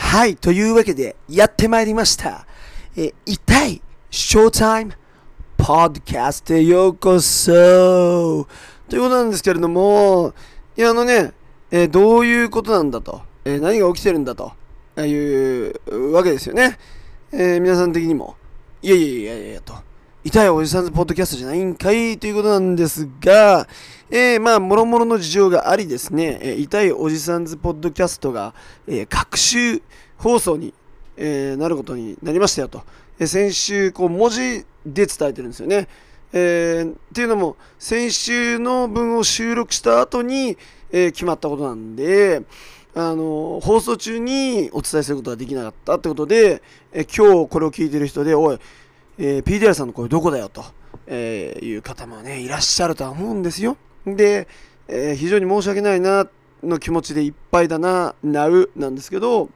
はい、というわけで、やってまいりました。痛いショータイムポッドキャストへようこそということなんですけれども、どういうことなんだと、何が起きてるんだというわけですよね。皆さん的にも、いやと、痛いおじさんズポッドキャストじゃないんかいということなんですが、もろもろの事情がありですね、痛いおじさんズポッドキャストが、各週放送に、なることになりましたよと。先週、文字で伝えてるんですよね。っていうのも、先週の分を収録した後に、決まったことなんで、放送中にお伝えすることができなかったってことで、今日これを聞いてる人で、おい、PDR さんの声どこだよと、いう方もね、いらっしゃるとは思うんですよ。で、非常に申し訳ないなの気持ちでいっぱいだな、なんですけど、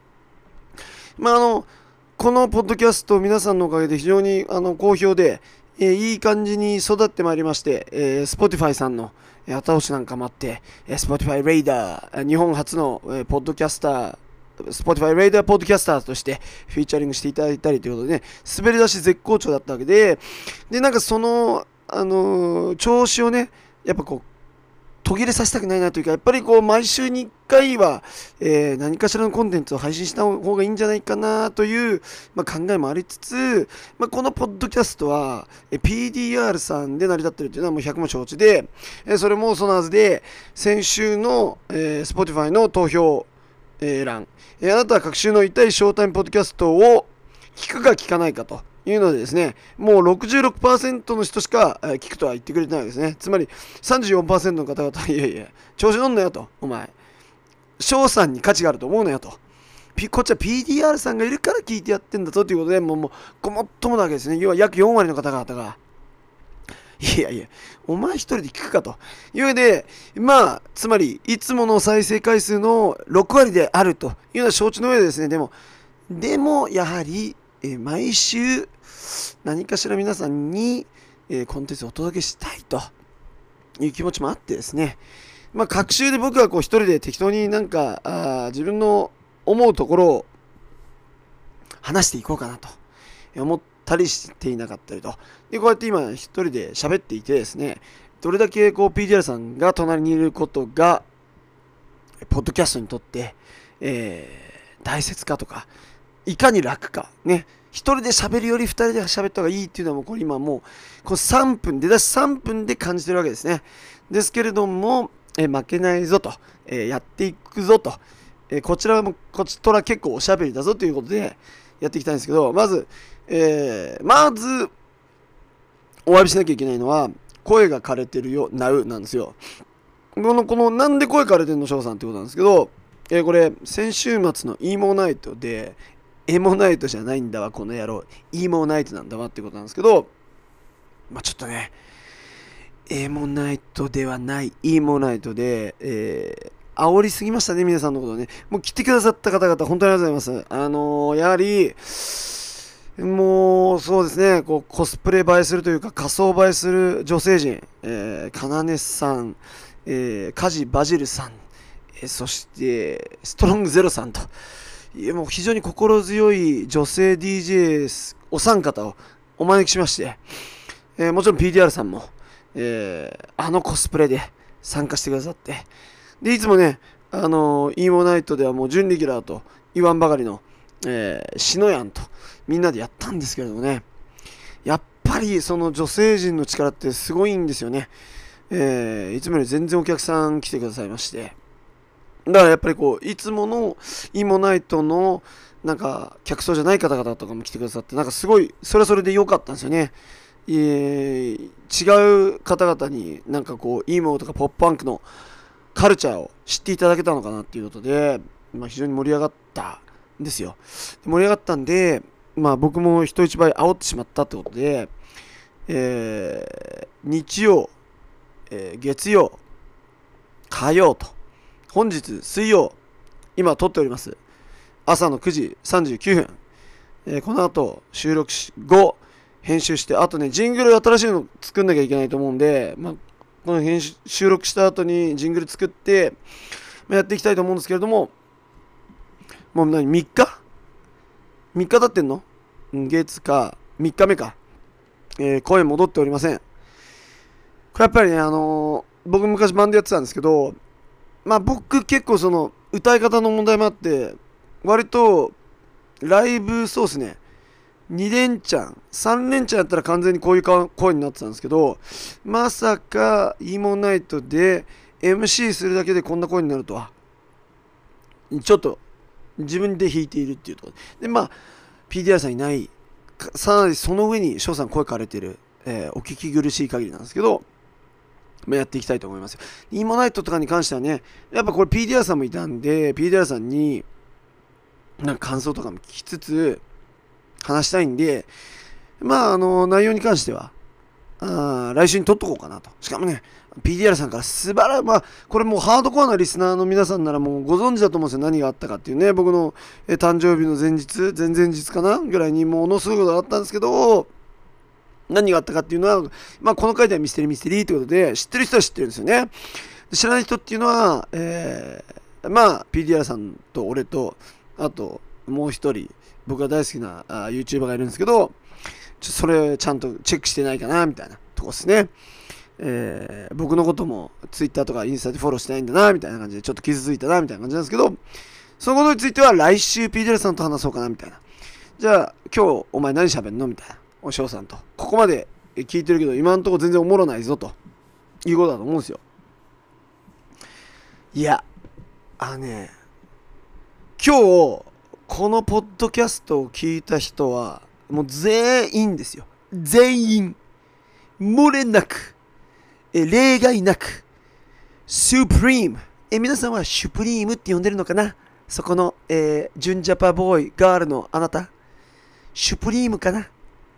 このポッドキャスト皆さんのおかげで非常に好評で、いい感じに育ってまいりまして、Spotify さんの後押しなんかもあって、Spotify レイダー、日本初の、ポッドキャスター、Spotify レイダーポッドキャスターとしてフィーチャリングしていただいたりということでね、滑り出し絶好調だったわけで、その、調子をね、やっぱ途切れさせたくないなというか、やっぱり毎週に1回は、何かしらのコンテンツを配信した方がいいんじゃないかなという、考えもありつつ、このポッドキャストは、PDR さんで成り立っているというのはもう100も承知で、それもそのはずで、先週の、Spotify の投票、欄、あなたは各週の痛いショータイムポッドキャストを聞くか聞かないかというのでですね、もう 66% の人しか聞くとは言ってくれてないわけですね。つまり 34% の方々、いや、調子乗んなよと、お前。翔さんに価値があると思うなよと。こっちは PDR さんがいるから聞いてやってんだぞということで、もうごもっともなわけですね。要は約4割の方々が、いや、お前一人で聞くかというわけで、つまり、いつもの再生回数の6割であるというのは承知の上でですね、でも、やはり、毎週、何かしら皆さんに、コンテンツをお届けしたいという気持ちもあってですね、各週で僕は一人で適当に自分の思うところを話していこうかなと思ったりしていなかったりと。で、こうやって今一人で喋っていてですね、どれだけPDR さんが隣にいることが、ポッドキャストにとって、大切かとか、いかに楽か、ね。一人で喋るより二人で喋った方がいいっていうのはこれ今もう、3分、出だし3分で感じてるわけですね。ですけれども、負けないぞと、やっていくぞと、こちらもこちとら結構おしゃべりだぞということでやっていきたいんですけど、まずお詫びしなきゃいけないのは、声が枯れてるよ、なんですよ。このなんで声枯れてんの翔さんってことなんですけど、これ先週末のイーモナイトで、エモナイトじゃないんだわこの野郎、イーモナイトなんだわってことなんですけど、ちょっとね、エモナイトではないイーモナイトで、煽りすぎましたね、皆さんのことをね。もう来てくださった方々本当にありがとうございます。やはりもうそうですね、コスプレ映えするというか仮装映えする女性陣、かなねさん、カジバジルさん、そしてストロングゼロさんと、もう非常に心強い女性 DJ お三方をお招きしまして、もちろん PDR さんも、コスプレで参加してくださって、でいつもね、イーモナイトではもう準レギュラーと言わんばかりの、シノヤンとみんなでやったんですけれどもね、やっぱりその女性陣の力ってすごいんですよね。いつもより全然お客さん来てくださいまして、だからやっぱりいつものイーモナイトの客層じゃない方々とかも来てくださって、すごいそれはそれで良かったんですよね。違う方々にイーモとかポップパンクのカルチャーを知っていただけたのかなっていうことで、非常に盛り上がったんですよ。盛り上がったんで、僕も人一倍煽ってしまったってことで、日曜、月曜、火曜と、本日水曜、今撮っております。朝の9時39分。この後収録後、編集して、あとね、ジングル新しいの作んなきゃいけないと思うんで、この収録した後にジングル作って、やっていきたいと思うんですけれども、もう3日 3日経ってんの？月か、3日目か。声戻っておりません。これやっぱりね、僕昔バンドやってたんですけど、まあ僕結構その歌い方の問題もあって、割とライブそうですね、2連チャン、3連チャンやったら完全にこういう声になってたんですけど、まさかイーモナイトで MC するだけでこんな声になるとは、ちょっと自分で弾いているっていうところで、まあ PDR さんいない、さらにその上に翔さん声枯れてる、お聞き苦しい限りなんですけど、やっていきたいと思いますよ。イーモナイトとかに関してはね、やっぱこれ PDR さんもいたんで、PDR さんになんか感想とかも聞きつつ話したいんで、まあ内容に関しては来週に撮っとこうかなと。しかもね、PDR さんから素晴らしい、まあこれもうハードコアなリスナーの皆さんならもうご存知だと思うんですよ。何があったかっていうね、僕の誕生日の前日、前々日かなぐらいにものすごいことがあったんですけど、何があったかっていうのは、まあこの回ではミステリーってことで、知ってる人は知ってるんですよね。知らない人っていうのは、まあ PDR さんと俺と、あともう一人、僕が大好きなYouTuber がいるんですけど、それちゃんとチェックしてないかなみたいなとこですね。僕のことも Twitter とかインスタでフォローしてないんだなみたいな感じでちょっと傷ついたなみたいな感じなんですけど、そのことについては来週 PDR さんと話そうかなみたいな。じゃあ今日お前何喋んのみたいな。おしょうさんと。ここまで聞いてるけど今んとこ全然おもろないぞということだと思うんですよ。いや、今日このポッドキャストを聞いた人はもう全員ですよ。全員。漏れなく。例外なく。スープリーム。皆さんはシュプリームって呼んでるのかな？そこの、ジュンジャパボーイ、ガールのあなた。シュプリームかな？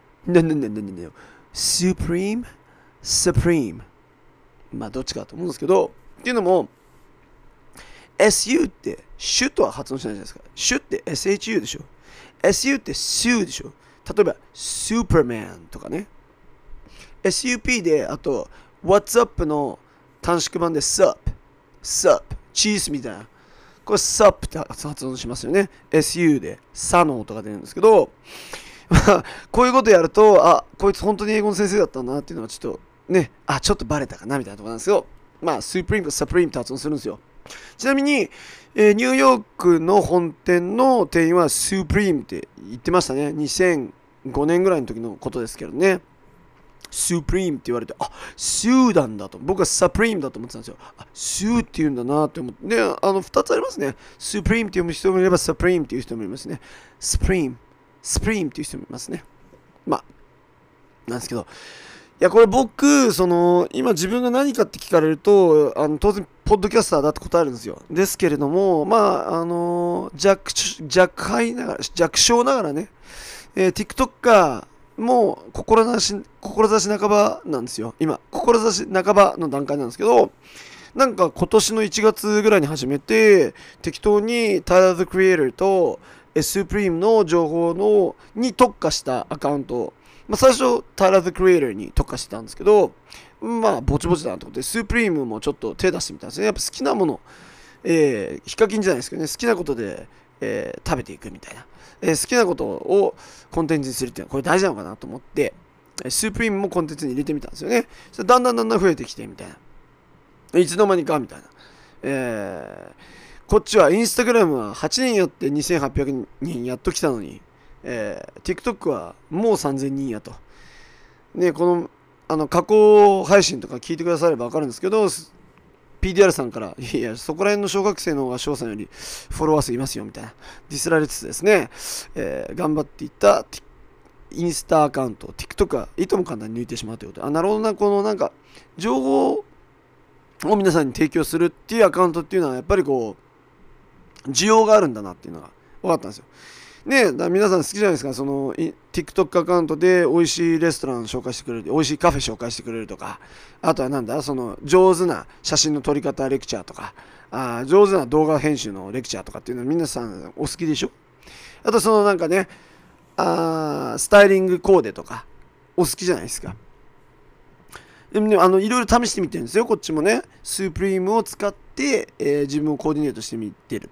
スープリーム、スプリーム。まあどっちかと思うんですけど、っていうのも、SU ってシュとは発音しないじゃないですか。シュって SHU でしょ。SU ってスーでしょ。例えば、スーパーマンとかね。SUP で、あと、What's Up の短縮版で Sup、チーズみたいな。これ Sup って発音しますよね。SU で、サの音が出るんですけど、こういうことやると、こいつ本当に英語の先生だったんだなっていうのはちょっとね、ちょっとバレたかなみたいなところなんですけど、まあ、Supreme と Supreme って発音するんですよ。ちなみに、ニューヨークの本店の店員は Supreme って言ってましたね。2005年ぐらいの時のことですけどね。Supreme って言われて、スーなんだと。僕は Supreme だと思ってたんですよ。スーって言うんだなって思って。で、2つありますね。Supreme って読む人もいれば Supreme っていう人もいますね。Supreme っていう人もいますね。まあ、なんですけど。いや、これ僕、今自分が何かって聞かれると、当然、ポッドキャスターだって答えるんですよ。ですけれども、まあ、弱小ながらね、TikToker も志半ばなんですよ。今、志半ばの段階なんですけど、なんか今年の1月ぐらいに始めて、適当に Tyler the Creator と Supreme の情報に特化したアカウント、最初 Tyler the Creator に特化してたんですけど、ぼちぼちだなと思って、Supreme もちょっと手出してみたんですね。やっぱ好きなもの、ヒカキンじゃないですけどね、好きなことで、食べていくみたいな。好きなことをコンテンツにするっていうのはこれ大事なのかなと思って、スープリームもコンテンツに入れてみたんですよね。それだんだん増えてきてみたいな。いつの間にかみたいな。こっちはインスタグラムは8年やって2800人やっと来たのに、TikTok はもう3000人やと。ね、この加工配信とか聞いてくだされば分かるんですけど、PDR さんから、いや、そこら辺の小学生の方が翔さんよりフォロワー数いますよ、みたいな。ディスられつつですね、頑張っていったインスタアカウント、TikTok はいとも簡単に抜いてしまうということ。なるほどな、このなんか、情報を皆さんに提供するっていうアカウントっていうのは、やっぱりこう、需要があるんだなっていうのが分かったんですよ。ね、皆さん好きじゃないですか、TikTok アカウントで美味しいレストラン紹介してくれる、美味しいカフェ紹介してくれるとか、あとは上手な写真の撮り方レクチャーとか、上手な動画編集のレクチャーとかっていうのは皆さんお好きでしょ？あとなんかね、スタイリングコーデとか、お好きじゃないですか。でもね、いろいろ試してみてるんですよ、こっちもね。スープリームを使って、自分をコーディネートしてみてる。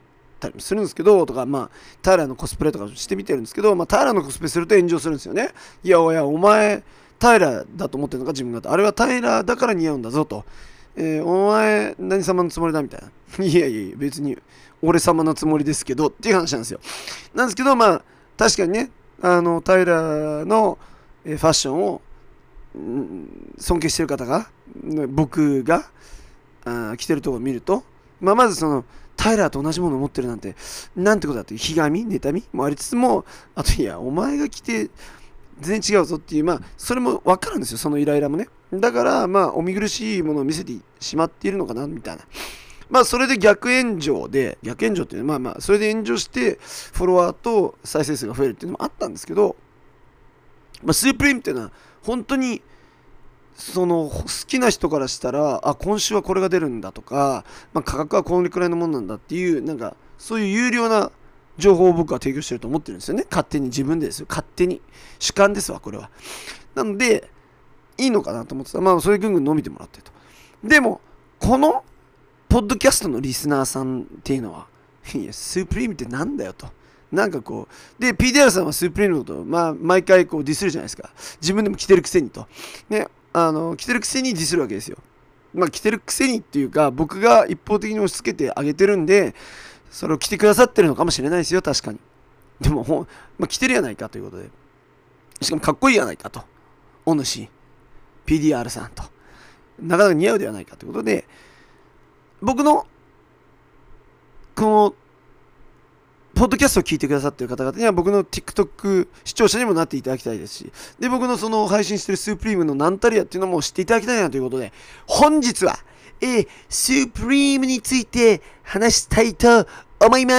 ったりもするんですけど、とか、まあ、タイラーのコスプレとかしてみてるんですけど、まあ、タイラーのコスプレすると炎上するんですよね。いや、お前、タイラーだと思ってるのか、自分がと。あれはタイラーだから似合うんだぞと。お前、何様のつもりだみたいな。いやいや、別に、俺様のつもりですけど、っていう話なんですよ。なんですけど、まあ、確かにね、タイラーのファッションを、尊敬してる方が、僕が、着てるところを見ると、まあ、まずその、タイラーと同じものを持ってるなんて、なんてことだって、ひがみ妬みもありつつも、あと、いや、お前が着て、全然違うぞっていう、まあ、それも分かるんですよ、そのイライラもね。だから、まあ、お見苦しいものを見せてしまっているのかな、みたいな。まあ、それで逆炎上っていうのは、まあまあ、それで炎上して、フォロワーと再生数が増えるっていうのもあったんですけど、まあ、スープリームっていうのは、本当に、その好きな人からしたら、あ、今週はこれが出るんだとか、まあ、価格はこれくらいのもんなんだっていう、なんか、そういう有料な情報を僕は提供してると思ってるんですよね。勝手に自分でですよ。勝手に。主観ですわ、これは。なので、いいのかなと思ってたら、まあ、それぐんぐん伸びてもらってと。でも、この、ポッドキャストのリスナーさんっていうのは、いや、スープリームってなんだよと。なんかこう、で、PDR さんはスープリームのことを、まあ、毎回こうディスるじゃないですか。自分でも着てるくせにと。ね、着てるくせにディスるわけですよ。まあ、着てるくせにっていうか、僕が一方的に押し付けてあげてるんで、それを着てくださってるのかもしれないですよ、確かに。でも、まあ、着てるやないかということで。しかもかっこいいやないかと。お主、PDR さんと。なかなか似合うではないかということで、僕の、この、ポッドキャストを聞いてくださっている方々には僕の TikTok 視聴者にもなっていただきたいですし、で、僕のその配信しているスープリームのなんたりやっていうのも知っていただきたいなということで、本日は、スープリームについて話したいと思います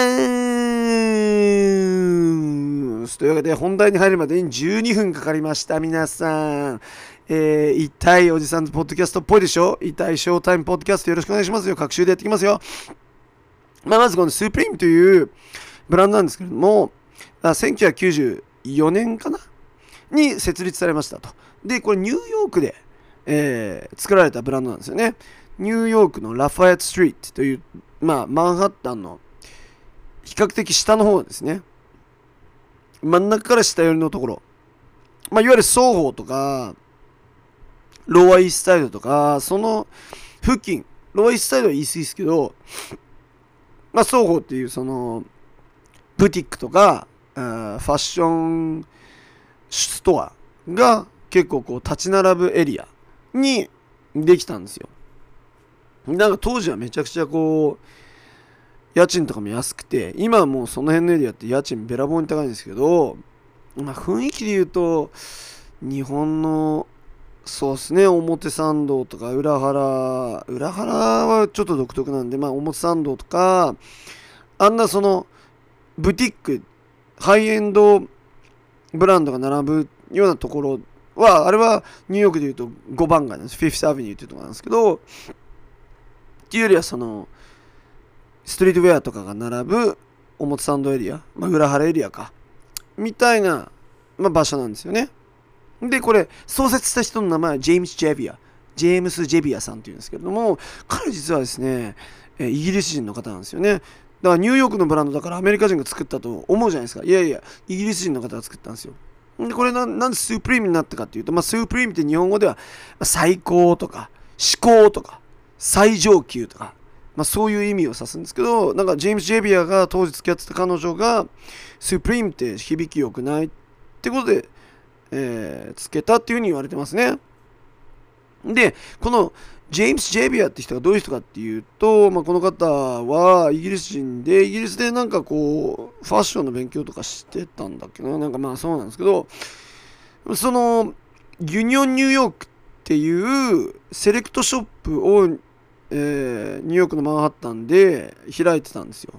。というわけで、本題に入るまでに12分かかりました。皆さん。痛いおじさんのポッドキャストっぽいでしょ。痛いショータイムポッドキャストよろしくお願いしますよ。各週でやっていきますよ。まあ、まずこのスープリームというブランドなんですけれども、1994年かなに設立されましたと。で、これニューヨークで、作られたブランドなんですよね。ニューヨークのラファエットストリートという、まあ、マンハッタンの比較的下の方ですね。真ん中から下寄りのところ。まあ、いわゆる双方とか、ローアイーストサイドとか、その付近、ローアイーストサイドは言い過ぎですけど、まあ、双方っていうその、ブティックとか、ファッションストアが結構こう立ち並ぶエリアにできたんですよ。なんか当時はめちゃくちゃこう、家賃とかも安くて、今はもうその辺のエリアって家賃べらぼうに高いんですけど、まあ雰囲気で言うと、日本の、そうですね、表参道とか裏原はちょっと独特なんで、まあ表参道とか、あんなその、ブティック、ハイエンドブランドが並ぶようなところは、あれはニューヨークで言うと5番街なんです。フィフスアベニューっていうところなんですけど、っていうよりはその、ストリートウェアとかが並ぶ表参道エリア、まあ、裏原エリアか、みたいな、まあ、場所なんですよね。で、これ、創設した人の名前はジェームス・ジェビアさんっていうんですけれども、彼実はですね、イギリス人の方なんですよね。だからニューヨークのブランドだからアメリカ人が作ったと思うじゃないですか。いやいや、イギリス人の方が作ったんですよ。で、これなんでスープリームになったかっていうと、まあ、スープリームって日本語では、最高とか、至高とか、最上級とか、まあ、そういう意味を指すんですけど、なんかジェームス・ジェビアが当時付き合ってた彼女が、スープリームって響き良くないってことで、つけたっていう風に言われてますね。で、このジェームス・ジェビアって人がどういう人かっていうと、まあ、この方はイギリス人で、イギリスでなんかこう、ファッションの勉強とかしてたんだっけな、なんかまあそうなんですけど、その、ユニオン・ニューヨークっていうセレクトショップを、ニューヨークのマンハッタンで開いてたんですよ。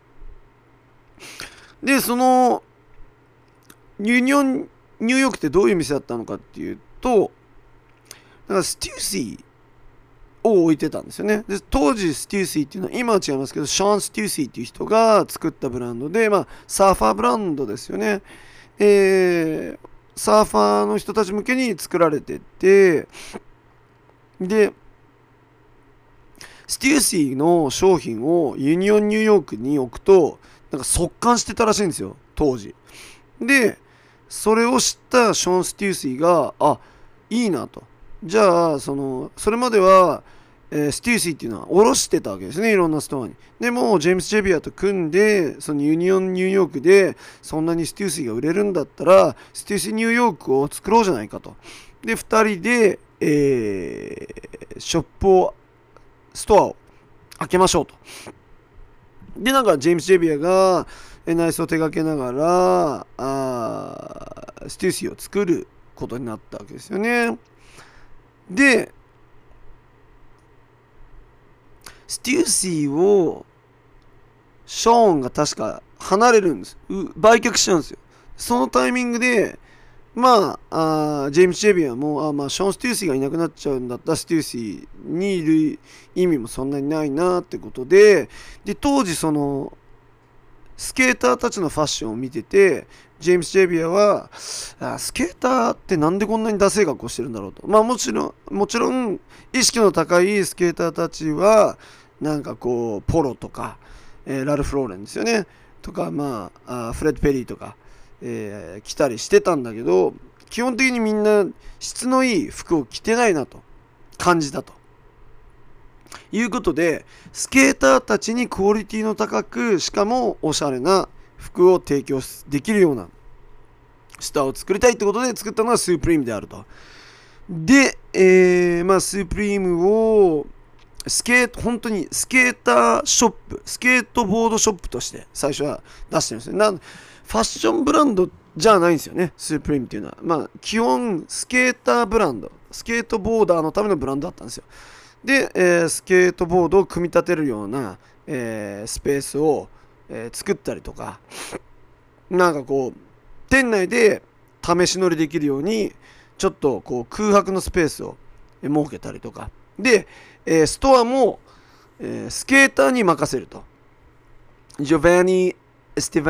で、その、ユニオン・ニューヨークってどういう店だったのかっていうと、なんかステューシーを置いてたんですよね。で、当時ステューシーっていうのは、今は違いますけど、シャーン・ステューシーっていう人が作ったブランドで、まあ、サーファーブランドですよね。サーファーの人たち向けに作られてて、で、 ステューシーの商品をユニオンニューヨークに置くとなんか速乾してたらしいんですよ当時で。それを知ったショーン・ステューシーがいいなと。じゃあそれまでは、ステューシーっていうのは卸してたわけですね、いろんなストアに。でもジェームス・ジェビアと組んでそのユニオンニューヨークでそんなにステューシーが売れるんだったらステューシーニューヨークを作ろうじゃないかと。で2人で、ショップをストアを開けましょうと。でなんかジェームス・ジェビアが内装を手掛けながらステューシーを作ることになったわけですよね。でステューシーをショーンが確か離れるんです。売却しちゃうんですよ。そのタイミングでジェームス・ジェビアもショーン・ステューシーがいなくなっちゃうんだったらステューシーにいる意味もそんなにないなってことで、当時そのスケーターたちのファッションを見ててジェームス・ジェビアはスケーターってなんでこんなにダセい格好してるんだろうと。もちろん意識の高いスケーターたちはなんかこうポロとか、ラルフ・ローレンですよねとかフレッド・ペリーとか、着たりしてたんだけど基本的にみんな質のいい服を着てないなと感じたということで、スケーターたちにクオリティの高くしかもおしゃれな服を提供できるようなスターを作りたいってことで作ったのがスープリームであると。で、スープリームを本当にスケーターショップ、スケートボードショップとして最初は出してるんですよ。ファッションブランドじゃないんですよね、スープリームっていうのは。基本スケーターブランド、スケートボーダーのためのブランドだったんですよ。で、スケートボードを組み立てるような、スペースを、作ったりとか、なんかこう店内で試し乗りできるようにちょっとこう空白のスペースを設けたりとかで、ストアも、スケーターに任せると。ジョバンニ・エステ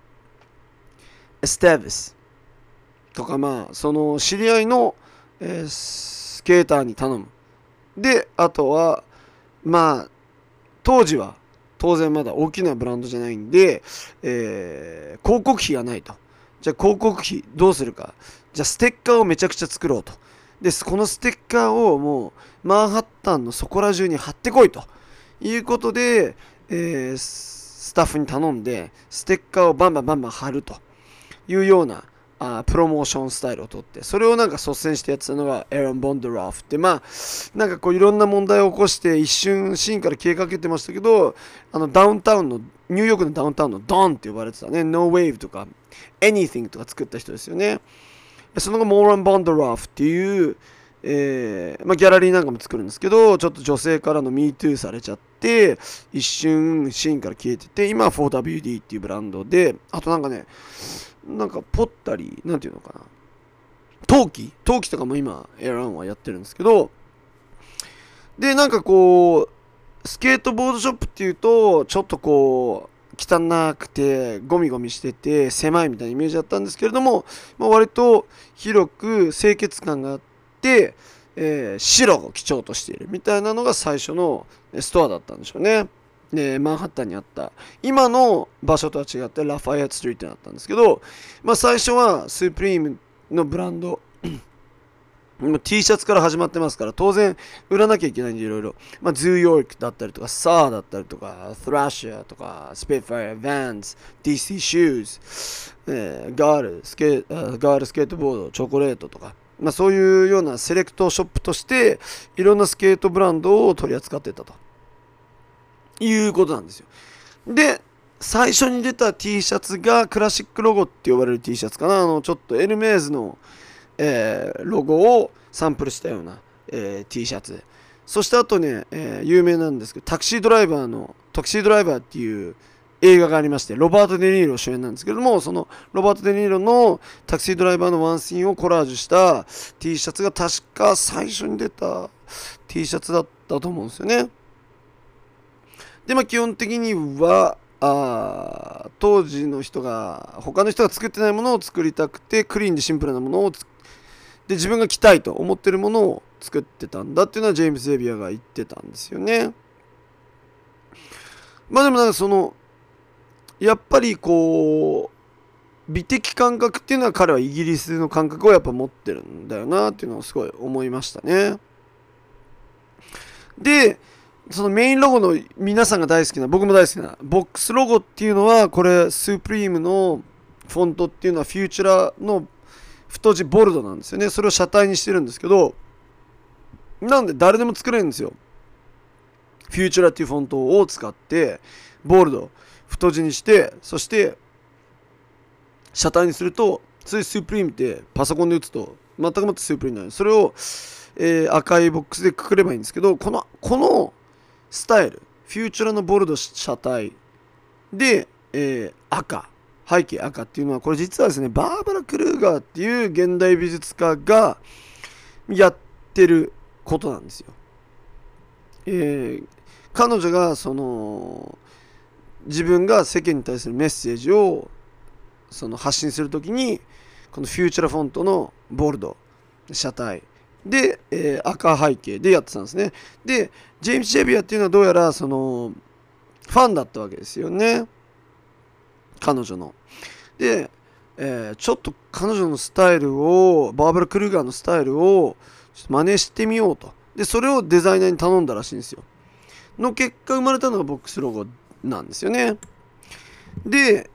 ヴィスとかその知り合いの、スケーターに頼む。であとは当時は当然まだ大きなブランドじゃないんで、広告費がないと。じゃあ広告費どうするか。じゃあステッカーをめちゃくちゃ作ろうと。でこのステッカーをもうマンハッタンのそこら中に貼ってこいということで、スタッフに頼んでステッカーをバンバン貼るというようなプロモーションスタイルをとって、それをなんか率先してやってたのがエロン・ボンドラフって、なんかこういろんな問題を起こして一瞬シーンから消えかけてましたけど、ダウンタウンのニューヨークのダウンタウンのドンって呼ばれてたね、ノーウェーブとか Anything とか作った人ですよね。その後モーラン・ボンドラフっていう、ギャラリーなんかも作るんですけど、ちょっと女性からの MeToo されちゃって一瞬シーンから消えてて、今は 4WD っていうブランドで、あとなんかね、なんかポッタリーなんていうのかな、陶器とかも今エランはやってるんですけど、でなんかこうスケートボードショップっていうとちょっとこう汚くてゴミゴミしてて狭いみたいなイメージだったんですけれども、割と広く清潔感があって、白を基調としているみたいなのが最初のストアだったんでしょうね。マンハッタンにあった今の場所とは違ってラファイアットストリートにあったんですけど、最初はスープリームのブランドT シャツから始まってますから当然売らなきゃいけないんで、いろいろズーヨークだったりとかサーだったりとかスラッシャーとかスペッファイア、ヴァンズ、DC シューズ、ガールスケートボード、チョコレートとか、そういうようなセレクトショップとしていろんなスケートブランドを取り扱っていたということなんですよ。で最初に出た T シャツがクラシックロゴって呼ばれる T シャツかな。ちょっとエルメーズの、ロゴをサンプルしたような、T シャツ。そしてあとね、有名なんですけどタクシードライバーっていう映画がありまして、ロバート・デ・ニーロ主演なんですけれども、そのロバート・デ・ニーロのタクシードライバーのワンシーンをコラージュした T シャツが確か最初に出た T シャツだったと思うんですよね。で基本的には当時の人が他の人が作ってないものを作りたくてクリーンでシンプルなものをで自分が着たいと思ってるものを作ってたんだっていうのはジェームズ・ゼビアが言ってたんですよね。 まあでもなんかその、やっぱりこう、美的感覚っていうのは彼はイギリスの感覚をやっぱ持ってるんだよなっていうのをすごい思いましたね。で、そのメインロゴの皆さんが大好きな、僕も大好きなボックスロゴっていうのは、これ、スープリームのフォントっていうのはフューチュラの太字ボルドなんですよね。それを車体にしてるんですけど、なんで誰でも作れるんですよ。フューチュラっていうフォントを使って、ボールド、太字にして、そして車体にすると、スープリームってパソコンで打つと全くもってスープリームになる。それを、赤いボックスでくくればいいんですけど、このスタイル、フューチュラのボルド車体で、赤、背景赤っていうのは、これ実はですね、バーバラ・クルーガーっていう現代美術家がやってることなんですよ。彼女がその自分が世間に対するメッセージをその発信するときに、このフューチャーフォントのボルド車体で、赤背景でやってたんですね。でジェームス・シェビアっていうのはどうやらそのファンだったわけですよね、彼女の。で、ちょっと彼女のスタイルを、バーバラ・クルーガーのスタイルをちょっと真似してみようと。でそれをデザイナーに頼んだらしいんですよ。の結果生まれたのがボックスロゴなんですよね。で、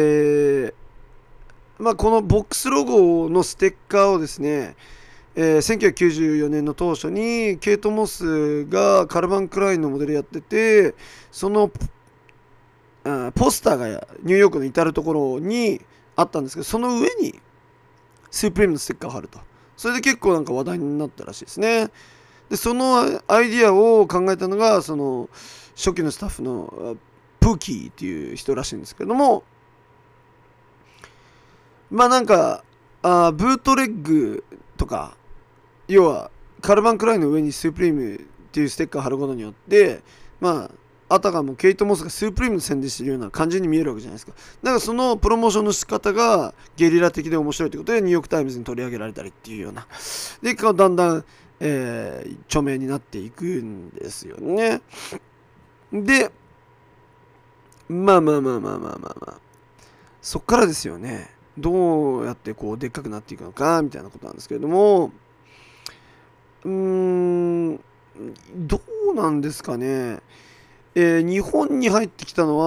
まあ、このボックスロゴのステッカーをですね、1994年の当初にケイト・モスがカルバン・クラインのモデルやってて、そのポスターがニューヨークの至るところにあったんですけど、その上にスープリームのステッカーを貼ると。それで結構なんか話題になったらしいですね。でそのアイディアを考えたのがその初期のスタッフのプーキーっていう人らしいんですけども、まあなんかブートレッグとか、要はカルバン・クラインの上にスープリームっていうステッカーを貼ることによって、まああたかもケイト・モスがスープリームの宣伝してるような感じに見えるわけじゃないですか。だからそのプロモーションの仕方がゲリラ的で面白いということでニューヨーク・タイムズに取り上げられたりっていうような、でだんだん、著名になっていくんですよね。でまあそっからですよね。どうやってこうでっかくなっていくのかみたいなことなんですけれども、どうなんですかね。日本に入ってきたの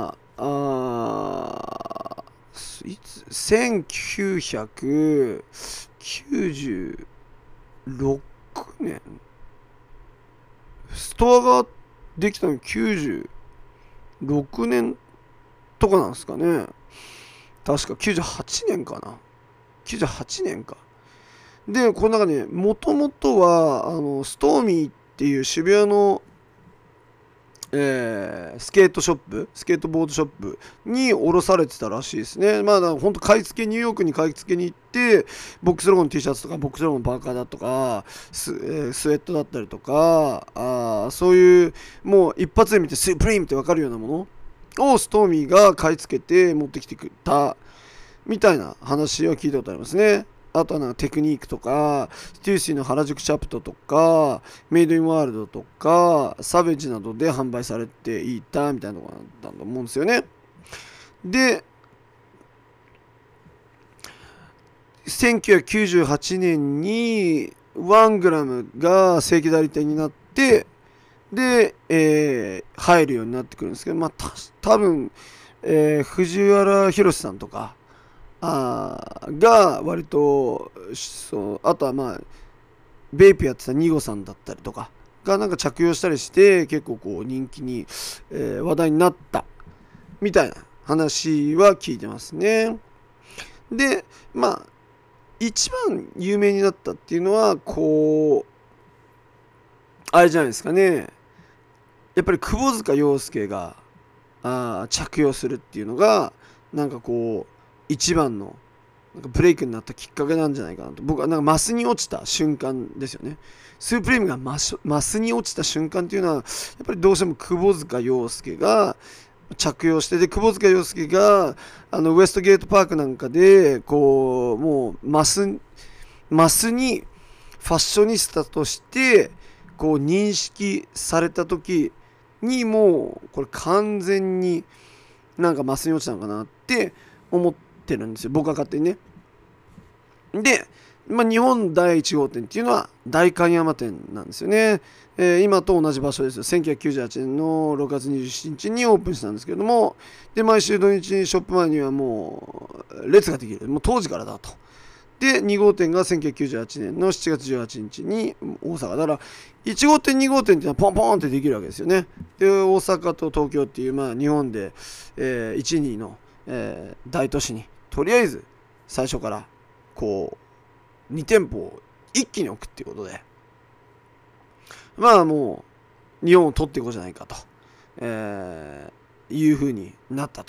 はいつ1996年、ストアができたの96年とかなんですかね。確か98年かな。98年か。で、この中ね、もともとはストーミーっていう渋谷のスケートショップ、スケートボードショップに卸されてたらしいですね。まあ、本当買い付け、ニューヨークに買い付けに行って、ボックスロゴの T シャツとか、ボックスロゴのパーカーだとか、スウェットだったりとか、そういう、もう一発で見て、スープリームって分かるようなものをストーミーが買い付けて持ってきてくれた、みたいな話を聞いたことありますね。あとはなんかテクニックとか、ステューシーの原宿チャプトとか、メイドインワールドとか、サベージなどで販売されていたみたいなところだったと思うんですよね。で、1998年に1グラムが正規代理店になって、で、入るようになってくるんですけど、まあ、多分、藤原宏さんとか、が割とあとはまあベイプやってたニゴさんだったりとかがなんか着用したりして結構こう人気に、話題になったみたいな話は聞いてますね。でまあ一番有名になったっていうのはこうあれじゃないですかね。やっぱり窪塚洋介が着用するっていうのがなんかこう一番のなんかブレイクになったきっかけなんじゃないかなと。僕はなんかマスに落ちた瞬間ですよね。スープリームがマスに落ちた瞬間っていうのはやっぱりどうしても窪塚洋介が着用してで窪塚洋介がウエストゲートパークなんかでこうもうマスにファッショニスタとしてこう認識された時にもうこれ完全になんかマスに落ちたのかなって思ってるんですよ、僕は勝手にね。で、日本第1号店っていうのは代官山店なんですよね。今と同じ場所ですよ。1998年の6月27日にオープンしたんですけれども、で、毎週土日ショップ前にはもう列ができる。もう当時からだと。で、2号店が1998年の7月18日に大阪。だから、1号店、2号店っていうのはポンポンってできるわけですよね。で、大阪と東京っていう、日本で、1、2の、大都市に、とりあえず最初からこう、2店舗を一気に置くっていうことで、もう、日本を取っていこうじゃないかと、いう風になったと。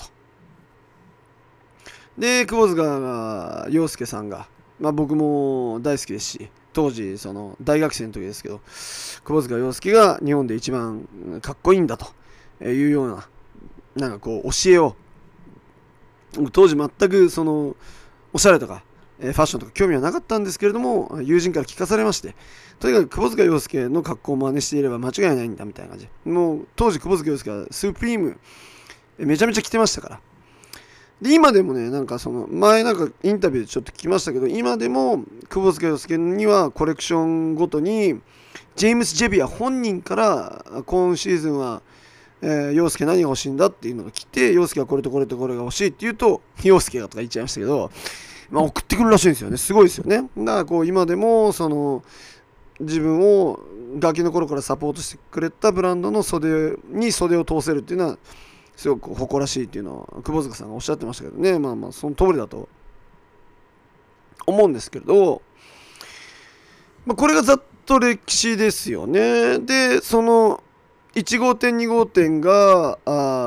で、窪塚洋介さんが、僕も大好きですし、当時、その大学生の時ですけど、窪塚洋介が日本で一番かっこいいんだというような、なんかこう、教えを、当時全くその、おしゃれとか、ファッションとか興味はなかったんですけれども、友人から聞かされまして、とにかく窪塚洋介の格好を真似していれば間違いないんだみたいな感じで、もう当時窪塚洋介はスープリームめちゃめちゃ着てましたから。で、今でもね、なんかその、前なんかインタビューでちょっと聞きましたけど、今でも窪塚洋介にはコレクションごとに、ジェームス・ジェビア本人から、今シーズンは、洋介何が欲しいんだっていうのが来て、洋介はこれとこれとこれが欲しいって言うと、洋介がとか言っちゃいましたけど、送ってくるらしいんですよね。すごいですよね。だからこう今でもその自分をガキの頃からサポートしてくれたブランドの袖に袖を通せるっていうのはすごく誇らしいっていうのは窪塚さんがおっしゃってましたけどね。その通りだと思うんですけれど、これがざっと歴史ですよね。で、その1号店2号店が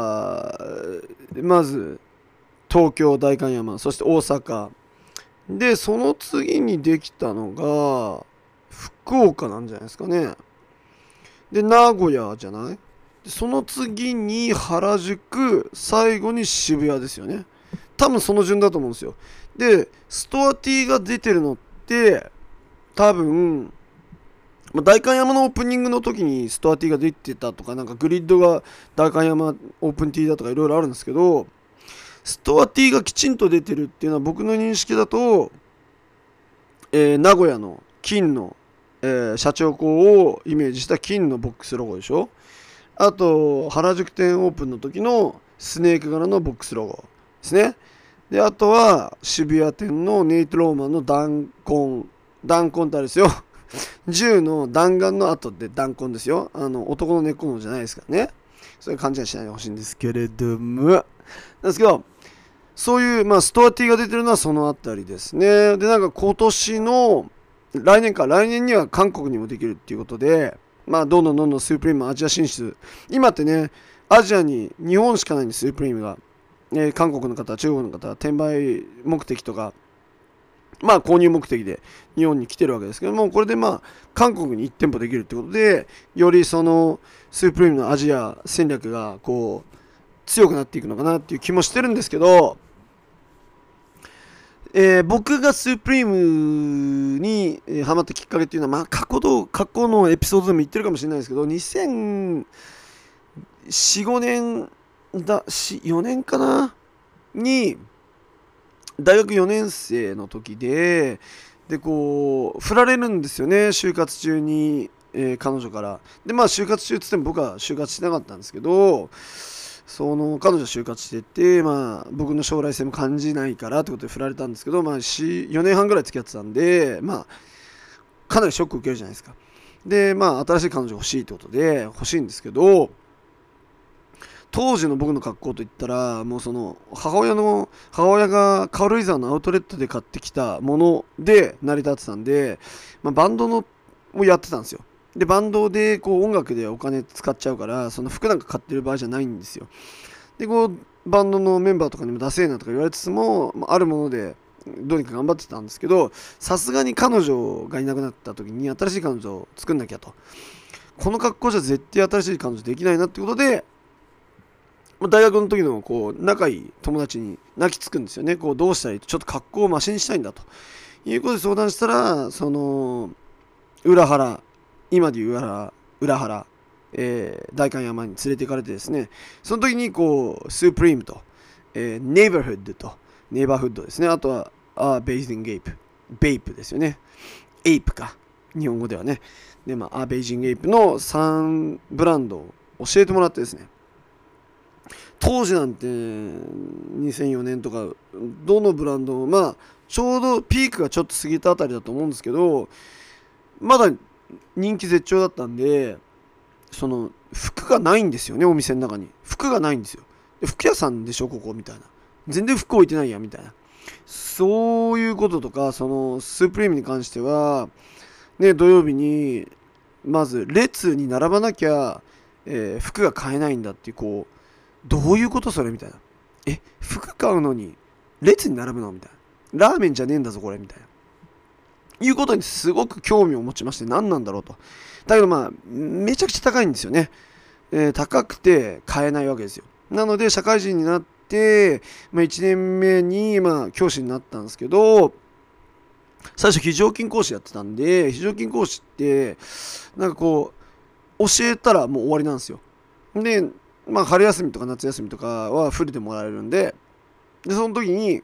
まず東京代官山、そして大阪で、その次にできたのが、福岡なんじゃないですかね。で、名古屋じゃない？でその次に原宿、最後に渋谷ですよね。多分その順だと思うんですよ。で、ストア T が出てるのって、多分、代官山のオープニングの時にストア T が出てたとか、なんかグリッドが代官山オープン T だとかいろいろあるんですけど、ストア T がきちんと出てるっていうのは僕の認識だと、名古屋の金の、社長公をイメージした金のボックスロゴでしょ。あと原宿店オープンの時のスネーク柄のボックスロゴですね。で、あとは渋谷店のネイト・ローマンの弾痕ってあれですよ。銃の弾丸の後で弾痕ですよ。男の根っこのじゃないですからね。そういう感じはしないでほしいんですけれども。なんですけど、そういう、ストア T が出てるのはそのあたりですね。で、なんか今年の、来年には韓国にもできるっていうことで、どんどんスープリームアジア進出。今ってね、アジアに日本しかないんです、スープリームが。韓国の方、中国の方、転売目的とか、購入目的で日本に来てるわけですけども、これで韓国に1店舗できるってことで、よりそのスープリームのアジア戦略がこう強くなっていくのかなっていう気もしてるんですけど、僕がスープリームにハマったきっかけっていうのは、過去のエピソードでも言ってるかもしれないですけど、2004、5年4年かなに、大学4年生の時で、こう、振られるんですよね、就活中に、彼女から。で、就活中って言っても僕は就活してなかったんですけど、その彼女就活してて、僕の将来性も感じないからってことで振られたんですけど、4年半ぐらい付き合ってたんで、かなりショック受けるじゃないですか。で、新しい彼女欲しいってことで欲しいんですけど、当時の僕の格好といったら、もうその母親が軽井沢のアウトレットで買ってきたもので成り立ってたんで、バンドのもやってたんですよ。で、バンドでこう音楽でお金使っちゃうから、その服なんか買ってる場合じゃないんですよ。で、こうバンドのメンバーとかにもダセーなとか言われつつも、あるものでどうにか頑張ってたんですけど、さすがに彼女がいなくなった時に新しい彼女を作んなきゃと。この格好じゃ絶対新しい彼女できないなってことで、大学の時のこう仲いい友達に泣きつくんですよね。こうどうしたらいい？ちょっと格好をマシにしたいんだということで相談したら、その裏原、今でいう裏原代官山に連れて行かれてですね、その時にこう、スープリームと、ネイバーフッドと、ネイバーフッドですね、あとは、ベイジングエイプ、ベイプですよね。エイプか。日本語ではね。で、ベイジングエイプの3ブランドを教えてもらってですね、当時なんて2004年とかどのブランドもちょうどピークがちょっと過ぎたあたりだと思うんですけど、まだ人気絶頂だったんで、その服がないんですよね、お店の中に服がないんですよ。で、服屋さんでしょここみたいな、全然服置いてないやみたいな、そういうこととか、そのスープリームに関してはね、土曜日にまず列に並ばなきゃ、服が買えないんだっていう、こうどういうことそれみたいな。服買うのに列に並ぶのみたいな。ラーメンじゃねえんだぞこれみたいな。いうことにすごく興味を持ちまして、何なんだろうと。だけどめちゃくちゃ高いんですよね。高くて買えないわけですよ。なので社会人になって、1年目に教師になったんですけど、最初非常勤講師やってたんで、非常勤講師ってなんかこう教えたらもう終わりなんですよ。で、春休みとか夏休みとかはフルでもらえるんで、その時に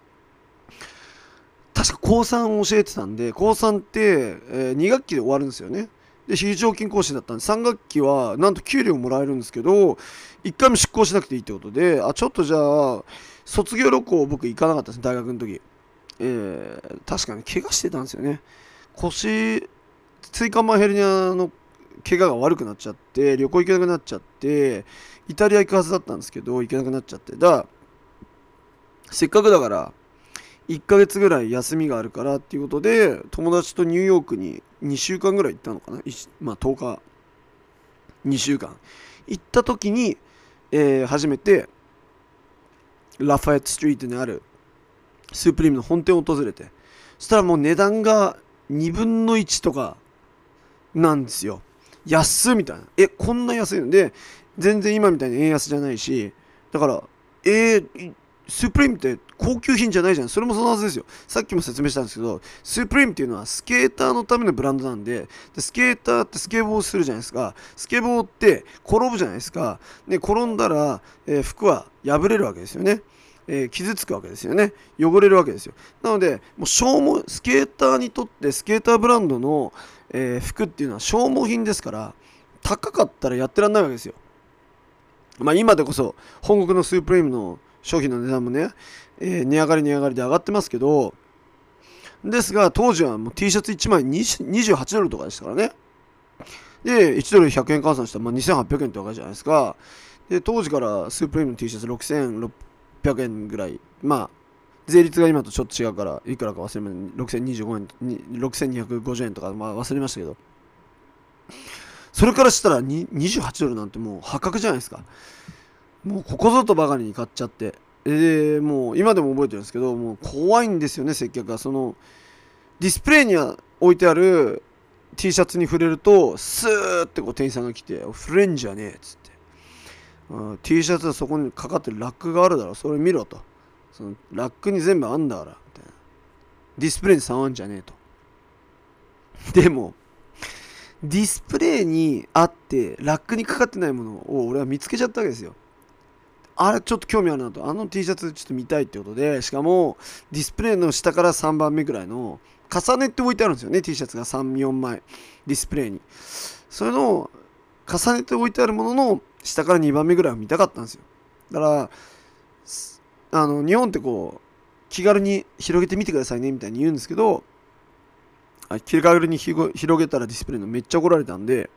確か高3を教えてたんで、高3って、2学期で終わるんですよね。で、非常勤講師だったんで、3学期はなんと給料もらえるんですけど、1回も出向しなくていいってことで、ちょっとじゃあ卒業旅行僕行かなかったです、大学の時。確かに怪我してたんですよね。椎間板ヘルニアの怪我が悪くなっちゃって、旅行行けなくなっちゃって、イタリア行くはずだったんですけど行けなくなっちゃって、せっかくだから1ヶ月ぐらい休みがあるからっていうことで、友達とニューヨークに2週間ぐらい行ったのかな、10日2週間行った時に、初めてラファエットストリートにあるスープリームの本店を訪れて、そしたらもう値段が2分の1とかなんですよ。安っみたいな。こんな安いので、全然今みたいに円安じゃないし、だからスープリームって高級品じゃないじゃん。それもそのはずですよ。さっきも説明したんですけど、スープリームっていうのはスケーターのためのブランドなんで、スケーターってスケボーするじゃないですか。スケボーって転ぶじゃないですか。で、転んだら、服は破れるわけですよね。傷つくわけですよね。汚れるわけですよ。なので、もうスケーターにとってスケーターブランドの、服っていうのは消耗品ですから、高かったらやってらんないわけですよ。今でこそ本国のスープリームの商品の値段もね、値上がりで上がってますけど、ですが当時はもう T シャツ1枚28ドルとかでしたからね。で、1ドル100円換算したら2800円ってわけじゃないですか。で、当時からスープリームの T シャツ6600円ぐらい。税率が今とちょっと違うから、いくらか忘れました。6025円、6250円とか、忘れましたけど。それからしたら28ドルなんてもう破格じゃないですか。もうここぞとばかりに買っちゃって。もう今でも覚えてるんですけど、もう怖いんですよね、接客が。その、ディスプレイには置いてある T シャツに触れると、スーってこう店員さんが来て、フレンじゃねえっつって。T シャツはそこにかかってるラックがあるだろ、それ見ろと。そのラックに全部あんだから、みたいな。ディスプレイに触んじゃねえと。でも、ディスプレイにあってラックにかかってないものを俺は見つけちゃったわけですよ。あれちょっと興味あるなと、T シャツちょっと見たいってことで、しかもディスプレイの下から3番目ぐらいの重ねて置いてあるんですよね。 T シャツが3、4枚ディスプレイに、それの重ねて置いてあるものの下から2番目ぐらいを見たかったんですよ。だから日本ってこう気軽に広げてみてくださいねみたいに言うんですけど、気軽に広げたらディスプレイのめっちゃ怒られたんで、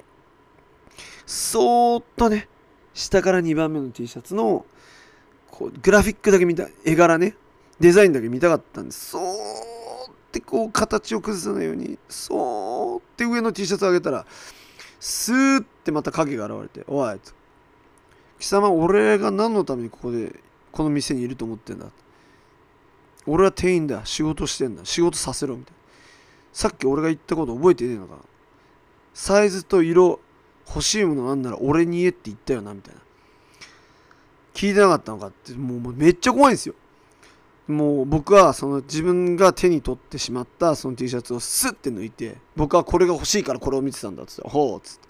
そーっとね、下から2番目の T シャツのこうグラフィックだけ見た、絵柄ね、デザインだけ見たかったんです。そーってこう形を崩さないように、そーって上の T シャツを上げたら、スーってまた影が現れて、おいと、貴様俺が何のためにこの店にいると思ってんだ、俺は店員だ、仕事してんだ、仕事させろみたいな。さっき俺が言ったこと覚えてねえのか、サイズと色欲しいものなんなら俺に言えって言ったよなみたいな。聞いてなかったのかって、もうめっちゃ怖いんですよ。もう僕はその自分が手に取ってしまったその T シャツをスッて抜いて、僕はこれが欲しいからこれを見てたんだっつって、ほうっつって、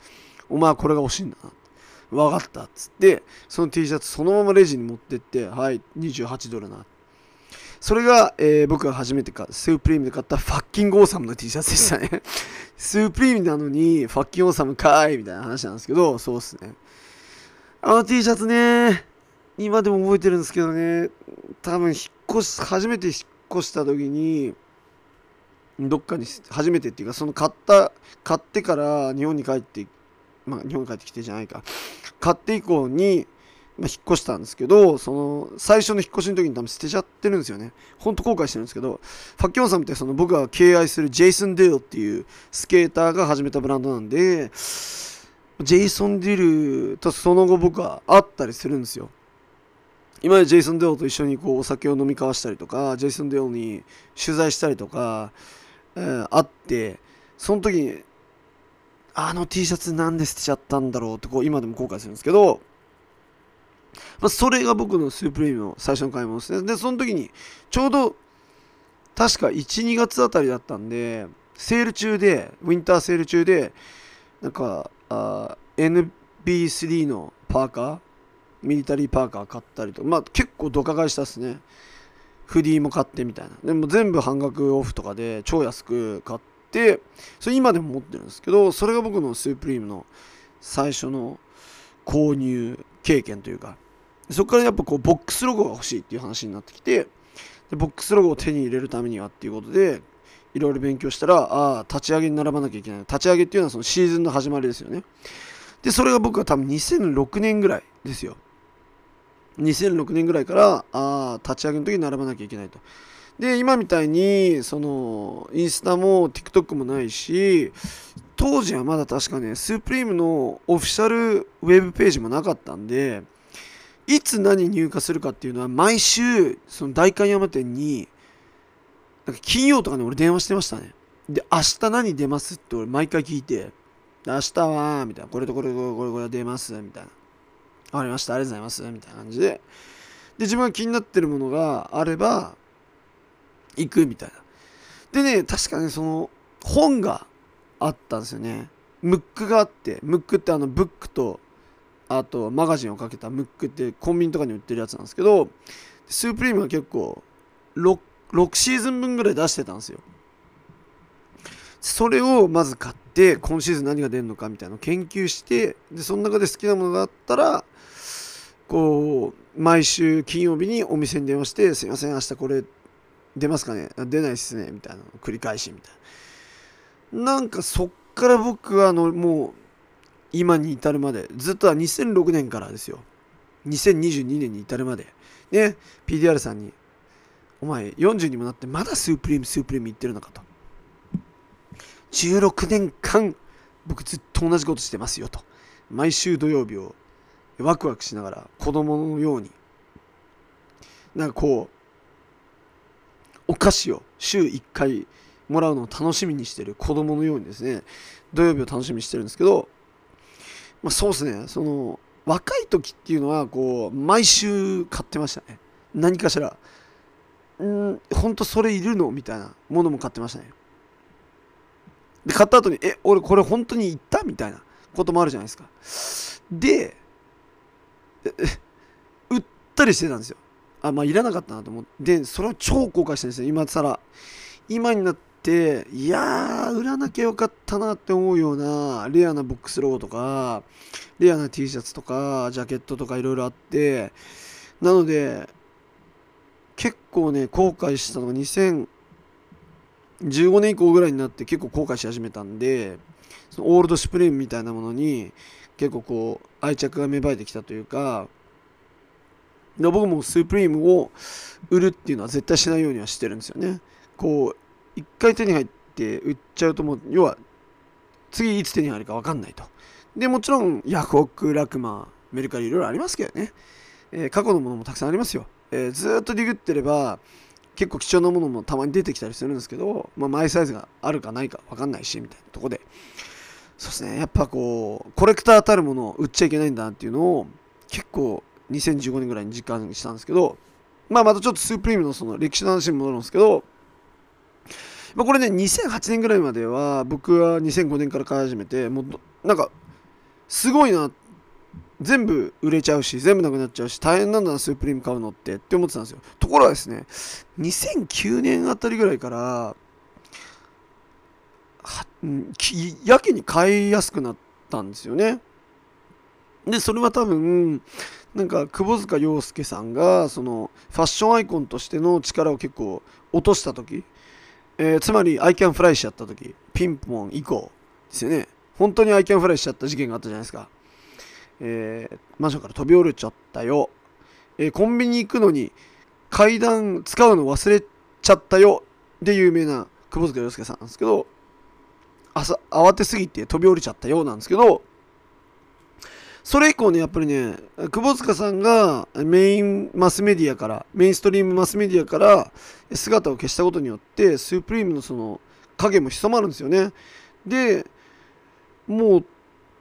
お前はこれが欲しいんだな。分かったっつって、その T シャツそのままレジに持ってって、はい、$28な。それが、僕が初めてスープリームで買ったファッキングオーサムの T シャツでしたね。スープリームなのにファッキングオーサムかいみたいな話なんですけど、そうっすね。あの T シャツね、今でも覚えてるんですけどね、多分初めて引っ越した時に、どっかに、初めてっていうか、その買ってから日本に帰って、日本に帰ってきてじゃないか、買って以降に、引っ越したんですけど、その最初の引っ越しの時に多分捨てちゃってるんですよね。ほんと後悔してるんですけど、ファッキョンサムってその僕が敬愛するジェイソン・デールっていうスケーターが始めたブランドなんで、ジェイソン・デールとその後僕は会ったりするんですよ。今までジェイソン・デールと一緒にこうお酒を飲み交わしたりとか、ジェイソン・デールに取材したりとか、会って、その時に、あの T シャツなんで捨てちゃったんだろうってこう今でも後悔するんですけど、それが僕のスープリームの最初の買い物ですね。で、その時に、ちょうど、確か1、2月あたりだったんで、セール中で、ウィンターセール中で、なんか、NB3 のパーカー、ミリタリーパーカー買ったりとか、結構ドカ買いしたっすね。フディも買ってみたいな。でも全部半額オフとかで超安く買って、それ今でも持ってるんですけど、それが僕のスープリームの最初の購入経験というか、そこからやっぱこうボックスロゴが欲しいっていう話になってきて、でボックスロゴを手に入れるためにはっていうことでいろいろ勉強したら、立ち上げに並ばなきゃいけない。立ち上げっていうのはそのシーズンの始まりですよね。でそれが僕は多分2006年ぐらいですよ。2006年ぐらいから立ち上げの時に並ばなきゃいけないと。で今みたいにそのインスタも TikTok もないし、当時はまだ確かねスープリームのオフィシャルウェブページもなかったんで、いつ何入荷するかっていうのは毎週その代官山店になんか金曜とかに俺電話してましたね。で明日何出ますって俺毎回聞いて、明日はみたいな、これとこれこれ出ますみたいな、わかりましたありがとうございますみたいな感じで、自分が気になってるものがあれば行くみたいな。でね、確かねその本があったんですよね。ムックがあって、ムックってブックとあとマガジンをかけたムックってコンビニとかに売ってるやつなんですけど、スープリームは結構 6シーズン分ぐらい出してたんですよ。それをまず買って今シーズン何が出るのかみたいなのを研究して、でその中で好きなものがあったらこう毎週金曜日にお店に電話して、すいません明日これ出ますかね、出ないっすねみたいなのを繰り返しみたいな。なんかそっから僕はもう今に至るまでずっとは2006年からですよ。2022年に至るまでね、 PDR さんにお前40にもなってまだスープリーム言ってるのかと、16年間僕ずっと同じことしてますよと、毎週土曜日をワクワクしながら子供のようになんかこうお菓子を週1回もらうのを楽しみにしてる子供のようにですね、土曜日を楽しみにしてるんですけど、そうですね、その若い時っていうのはこう毎週買ってましたね。何かしら本当それいるのみたいなものも買ってましたね。で買った後に俺これ本当にいったみたいなこともあるじゃないですか。で売ったりしてたんですよ。いらなかったなと思って、でそれを超後悔してるんですよ今になって。いやー売らなきゃよかったなって思うようなレアなボックスロゴとかレアな T シャツとかジャケットとかいろいろあって、なので結構ね後悔したのが2015年以降ぐらいになって結構後悔し始めたんで、そのオールドシュプリームみたいなものに結構こう愛着が芽生えてきたというか、僕もスープリームを売るっていうのは絶対しないようにはしてるんですよね。こう一回手に入って売っちゃうともう要は次いつ手に入るか分かんないと。でもちろんヤフオク、ラクマ、メルカリいろいろありますけどね、過去のものもたくさんありますよ。ずっとディグってれば結構貴重なものもたまに出てきたりするんですけど、マイサイズがあるかないか分かんないしみたいなとこで、そうですね、やっぱこうコレクターたるものを売っちゃいけないんだなっていうのを結構2015年ぐらいに実感したんですけど、またちょっとスープリームのその歴史の話に戻るんですけど、これね2008年ぐらいまでは僕は2005年から買い始めて、もうなんかすごいな、全部売れちゃうし全部なくなっちゃうし大変なんだなスープリーム買うのって思ってたんですよ。ところがですね、2009年あたりぐらいからやけに買いやすくなったんですよね。でそれは多分なんか窪塚洋介さんがそのファッションアイコンとしての力を結構落とした時、つまりアイキャンフライしちゃった時、ピンポン以降ですよね。本当にアイキャンフライしちゃった事件があったじゃないですか。マンションから飛び降りちゃったよ、コンビニ行くのに階段使うの忘れちゃったよで有名な窪塚洋介さんなんですけど、慌てすぎて飛び降りちゃったようなんですけど、それ以降ね、やっぱりね、窪塚さんがメインストリームマスメディアから姿を消したことによって、スープリームのその影も潜まるんですよね。で、もう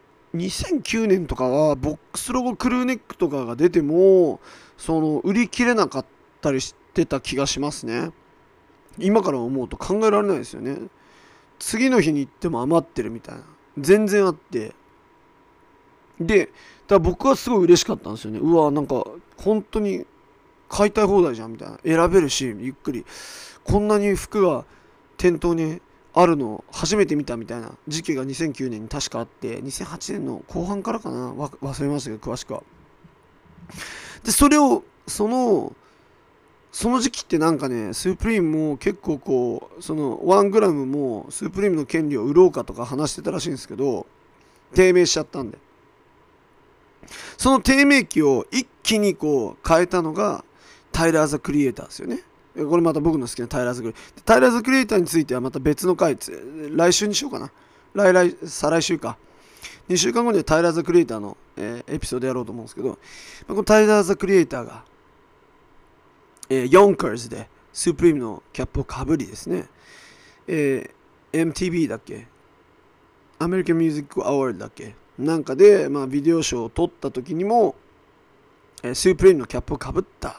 2009年とかはボックスロゴクルーネックとかが出ても、その売り切れなかったりしてた気がしますね。今から思うと考えられないですよね。次の日に行っても余ってるみたいな、全然あって、でだから僕はすごい嬉しかったんですよね。うわなんか本当に買いたい放題じゃんみたいな、選べるしゆっくり、こんなに服が店頭にあるの初めて見たみたいな時期が2009年に確かあって、2008年の後半からかな、忘れましたけど詳しくは。でそれをその時期ってなんかね、スープリームも結構こうその1グラムもスープリームの権利を売ろうかとか話してたらしいんですけど、低迷しちゃったんで、その低迷期を一気にこう変えたのがタイラー・ザ・クリエイターですよね。これまた僕の好きなタイラーズ・クリエイター。タイラーズ・クリエイターについてはまた別の回、来週にしようかな。再来週か。2週間後にはタイラーズ・クリエイターの、エピソードやろうと思うんですけど、このタイラーズ・クリエイターが、ヨンカーズでスープリームのキャップをかぶりですね、MTV だっけ、アメリカン・ミュージック・アワードだっけなんかで、ビデオ賞を撮った時にも、スープリームのキャップをかぶった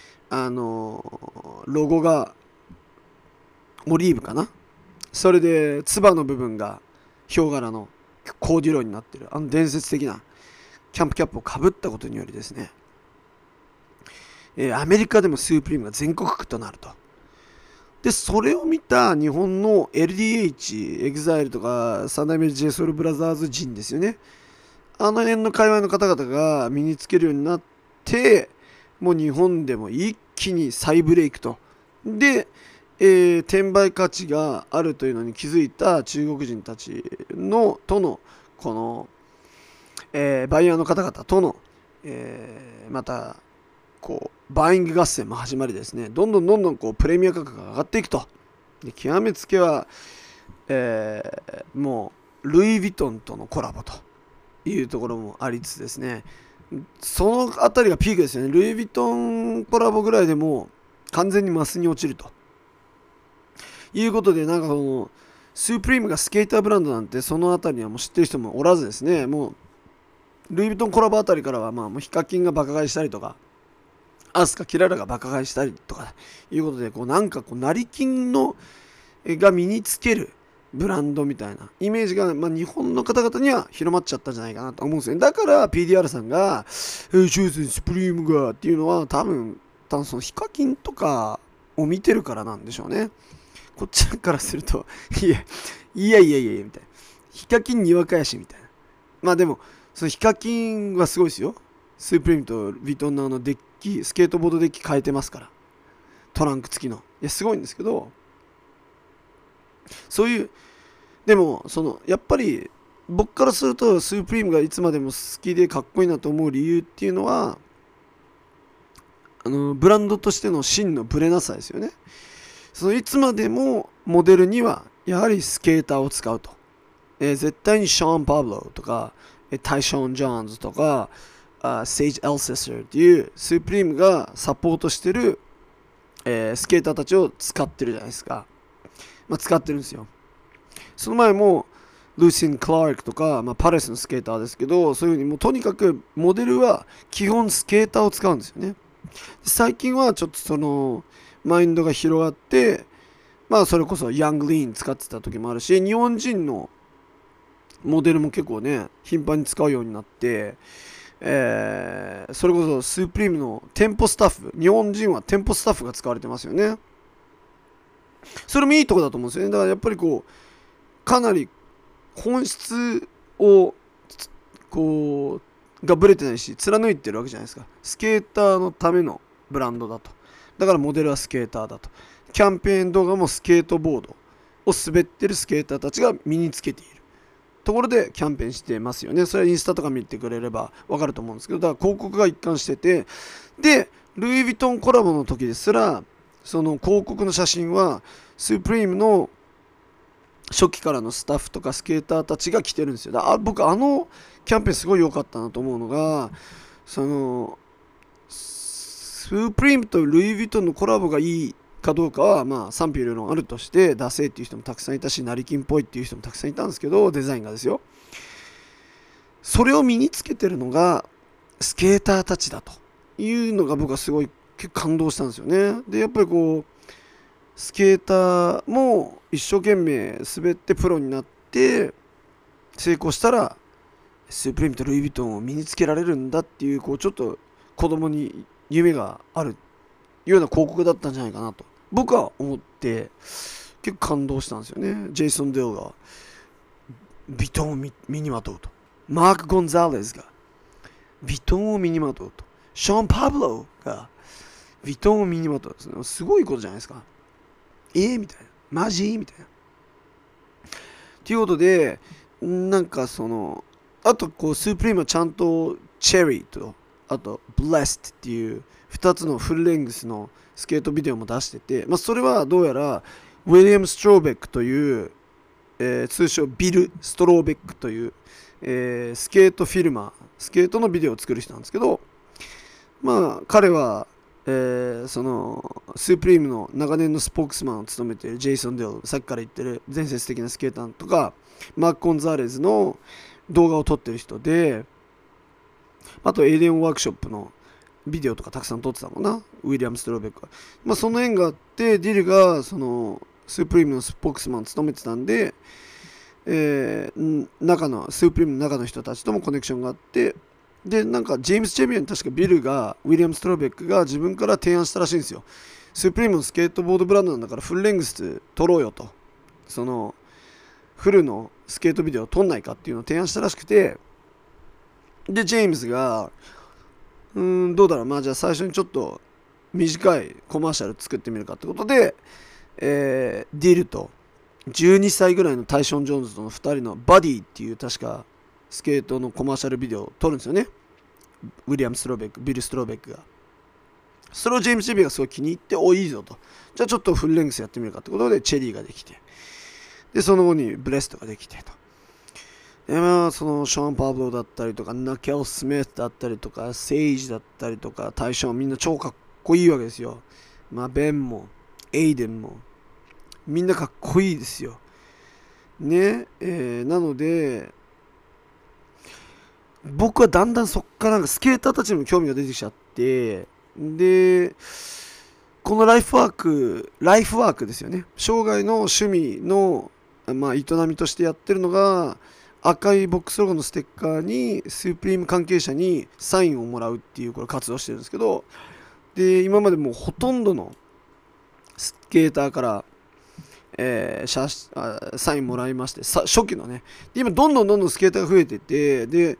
ロゴがオリーブかな、それでつばの部分がヒョウ柄のコーデュロイになってる伝説的なキャンプキャップをかぶったことによりですね、アメリカでもスープリームが全国区となると。でそれを見た日本の LDH、EXILE とか三代目 JSOULBROTHERS 陣ですよね、あの辺の界隈の方々が身につけるようになって、もう日本でも一気に再ブレイクと。で、転売価値があるというのに気づいた中国人たちとのこの、バイヤーの方々との、またこうバイング合戦も始まりですね、どんどんこうプレミア価格が上がっていくと。で極めつけは、もうルイ・ヴィトンとのコラボというところもありつつですね、そのあたりがピークですよね。ルイ・ヴィトンコラボぐらいでもう完全にマスに落ちるということで、なんかこのスープリームがスケーターブランドなんてそのあたりにはもう知ってる人もおらずですね、もうルイ・ヴィトンコラボあたりからはもうヒカキンがバカ買いしたりとか、アスカキララがバカ買いしたりとかいうことで、こうなんかこう成金のが身につけるブランドみたいなイメージが、日本の方々には広まっちゃったんじゃないかなと思うんですよね。だから PDR さんがシューズスプリームがっていうのは多分そのヒカキンとかを見てるからなんでしょうね。こっちからするといやみたいな、ヒカキンにわかやしみたいな。でもそのヒカキンはすごいですよ。スープリームとヴィトンのデッキ、スケートボードデッキ変えてますから、トランク付きの。いやすごいんですけど、そういうでもそのやっぱり僕からするとスープリームがいつまでも好きでかっこいいなと思う理由っていうのは、ブランドとしての真のブレなさですよね。そのいつまでもモデルにはやはりスケーターを使うと、絶対にショーン・パブロとかタイション・ジョーンズとかセイジ・エルセスっていうスープリームがサポートしてる、スケーターたちを使ってるじゃないですか。使ってるんですよ。その前もルーシン・クラークとか、パレスのスケーターですけど、そういうふうにもうとにかくモデルは基本スケーターを使うんですよね。最近はちょっとそのマインドが広がって、それこそヤングリーン使ってた時もあるし、日本人のモデルも結構ね頻繁に使うようになって、それこそスープリームの店舗スタッフ、日本人は店舗スタッフが使われてますよね。それもいいとこだと思うんですよね。だからやっぱりこうかなり本質をこがブレてないし貫いてるわけじゃないですか。スケーターのためのブランドだと。だからモデルはスケーターだと。キャンペーン動画もスケートボードを滑ってるスケーターたちが身につけているところでキャンペーンしてますよね。それはインスタとか見てくれれば分かると思うんですけど、だから広告が一貫してて、でルイ・ヴィトンコラボの時ですらその広告の写真はスープリームの初期からのスタッフとかスケーターたちが着てるんですよ。僕あのキャンペーンすごい良かったなと思うのが、そのスープリームとルイ・ヴィトンのコラボがいいかどうかはまあ賛否両論あるとして、ダセーっていう人もたくさんいたし、成金っぽいっていう人もたくさんいたんですけど、デザインがですよ、それを身につけてるのがスケーターたちだというのが僕はすごい結構感動したんですよね。でやっぱりこうスケーターも一生懸命滑ってプロになって成功したらスープリームとルイ・ヴィトンを身につけられるんだっていう、こうちょっと子供に夢があるような広告だったんじゃないかなと僕は思って結構感動したんですよね。ジェイソン・デオがヴィトンを身にまとうと、マーク・ゴンザーレスがヴィトンを身にまとうと、ショーン・パブロがヴィトンを身にまとう、すごいことじゃないですか。みたいな、マジみたいな。ということで、なんかそのあとこうスープリームはちゃんとチェリーとあとブレストっていう2つのフルレングスのスケートビデオも出してて、それはどうやらウィリアム・ストローベックという、通称ビル・ストローベックという、スケートフィルマー、スケートのビデオを作る人なんですけど、彼は、そのスープリームの長年のスポークスマンを務めているジェイソン・デオ、さっきから言ってる伝説的なスケーターとかマーク・コンザーレズの動画を撮ってる人で、あとエイリアンワークショップのビデオとかたくさん撮ってたのかな、ウィリアム・ストロベックは。その縁があって、ディルがそのスープリームのスポークスマンを務めてたんで、中のスープリームの中の人たちともコネクションがあって、でなんかジェームス・チェビアン、確かビルがウィリアム・ストロベックが自分から提案したらしいんですよ。スープリームのスケートボードブランドなんだからフルレングス撮ろうよと、そのフルのスケートビデオを撮んないかっていうのを提案したらしくて、でジェームズがどうだろう、じゃあ最初にちょっと短いコマーシャル作ってみるかってことで、ディルと12歳ぐらいのタイション・ジョーンズとの2人のバディっていう確かスケートのコマーシャルビデオを撮るんですよね。ウィリアム・ストロベック、ビル・ストロベックが。それをジェームス・チェビーがすごい気に入って、いいぞと。じゃあちょっとフルレングスやってみるかってことで、チェリーができて。で、その後にブレストができてと。で、そのショーン・パブロだったりとか、ナケル・スミスだったりとか、セイジだったりとか、タイション、みんな超かっこいいわけですよ。ベンも、エイデンも、みんなかっこいいですよ。ね、なので、僕はだんだんそっからなんかスケーターたちにも興味が出てきちゃって、でこのライフワークですよね。生涯の趣味の、営みとしてやってるのが赤いボックスロゴのステッカーにスープリーム関係者にサインをもらうっていうこれ活動してるんですけど、で今までもうほとんどのスケーターから、サインもらいまして、初期のね、で今どんどんスケーターが増えてて、で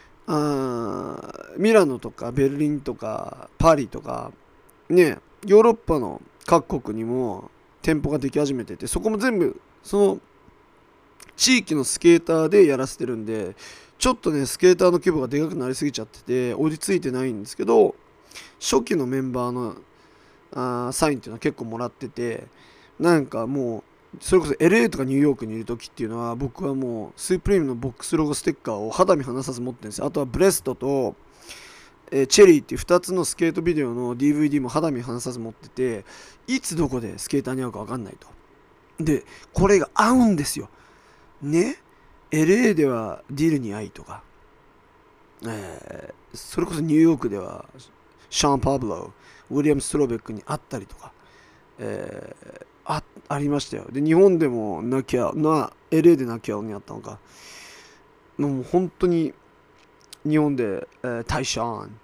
ミラノとかベルリンとかパリとかね、ヨーロッパの各国にも店舗ができ始めてて、そこも全部その地域のスケーターでやらせてるんで、ちょっとねスケーターの規模がでかくなりすぎちゃってて追いついてないんですけど、初期のメンバーのサインっていうのは結構もらってて、なんかもうそれこそ LA とかニューヨークにいる時っていうのは僕はもうスープリームのボックスロゴステッカーを肌身離さず持ってるんですよ。あとはブレストと、チェリーっていう2つのスケートビデオの DVD も肌身離さず持ってて、いつどこでスケーターに会うか分かんないと。でこれが合うんですよね。 LA ではディルに会いとか、それこそニューヨークではシャーン・パブロー、ウィリアム・ストロベックに会ったりとか、ありましたよ。で日本でもLA でナキャオにあったのか、 もう本当に日本で、タイシャン、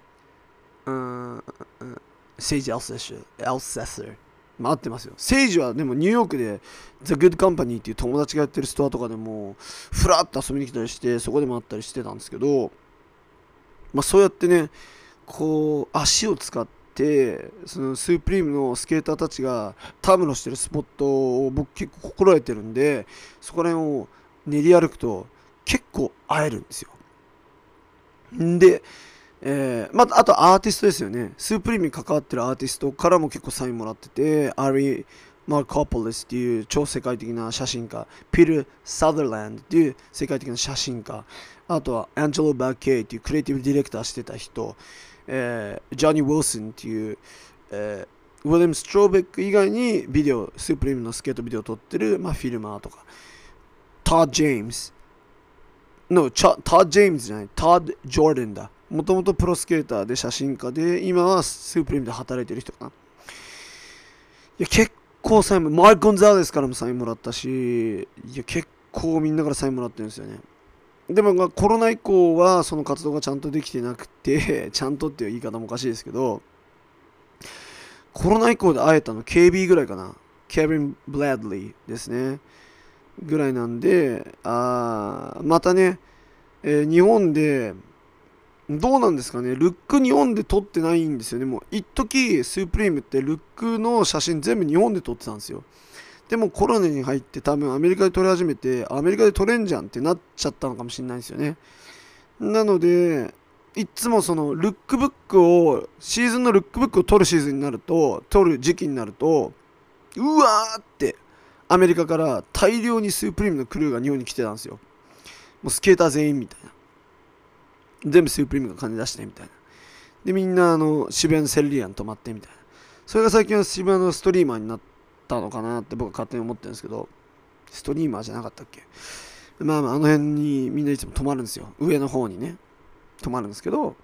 セイジ・エルセス合ってますよ。セイジはでもニューヨークで The Good Company っていう友達がやってるストアとかでもふらっと遊びに来たりしてそこでもあったりしてたんですけど、そうやってねこう足を使ってそのスープリームのスケーターたちがたむろしてるスポットを僕結構心得てるんで、そこら辺を練り歩くと結構会えるんですよ。で、あとアーティストですよね。スープリームに関わってるアーティストからも結構サインもらってて、アリー・マーコポリスっていう超世界的な写真家、ピール・サザーランドっていう世界的な写真家、あとはアンジェロ・バッケイっていうクリエイティブディレクターしてた人、ジョニー・ウィルソンっていう、ウィリアム・ストローベック以外にビデオ、スープリームのスケートビデオを撮ってる、フィルマーとか、トッド・ジェームズ、トッド・ジェームズじゃない、トッド・ジョーダンだ。もともとプロスケーターで写真家で、今はスープリームで働いてる人かな。いや、結構サインも、マーク・ゴンザーレスからもサインもらったし、いや、結構みんなからサインもらってるんですよね。でもコロナ以降はその活動がちゃんとできてなくて、ちゃんとっていう言い方もおかしいですけど、コロナ以降で会えたの KB ぐらいかな。ケビン・ブラッドリーですね。ぐらいなんで、またね、日本で、どうなんですかね、ルック日本で撮ってないんですよね。もう一時スープリームってルックの写真全部日本で撮ってたんですよ。でもコロナに入って多分アメリカで撮り始めて、アメリカで撮れんじゃんってなっちゃったのかもしれないですよね。なので、いつもそのルックブックを、シーズンのルックブックを撮るシーズンになると、撮る時期になると、うわーってアメリカから大量にスープリームのクルーが日本に来てたんですよ。もうスケーター全員みたいな。全部スープリームが金出してみたいな。で、みんな渋谷のセルリアに泊まってみたいな。それが最近は渋谷のストリーマーになったのかなって僕は勝手に思ってるんですけど、ストリーマーじゃなかったっけ。あの辺にみんないつも泊まるんですよ。上の方にね、泊まるんですけど、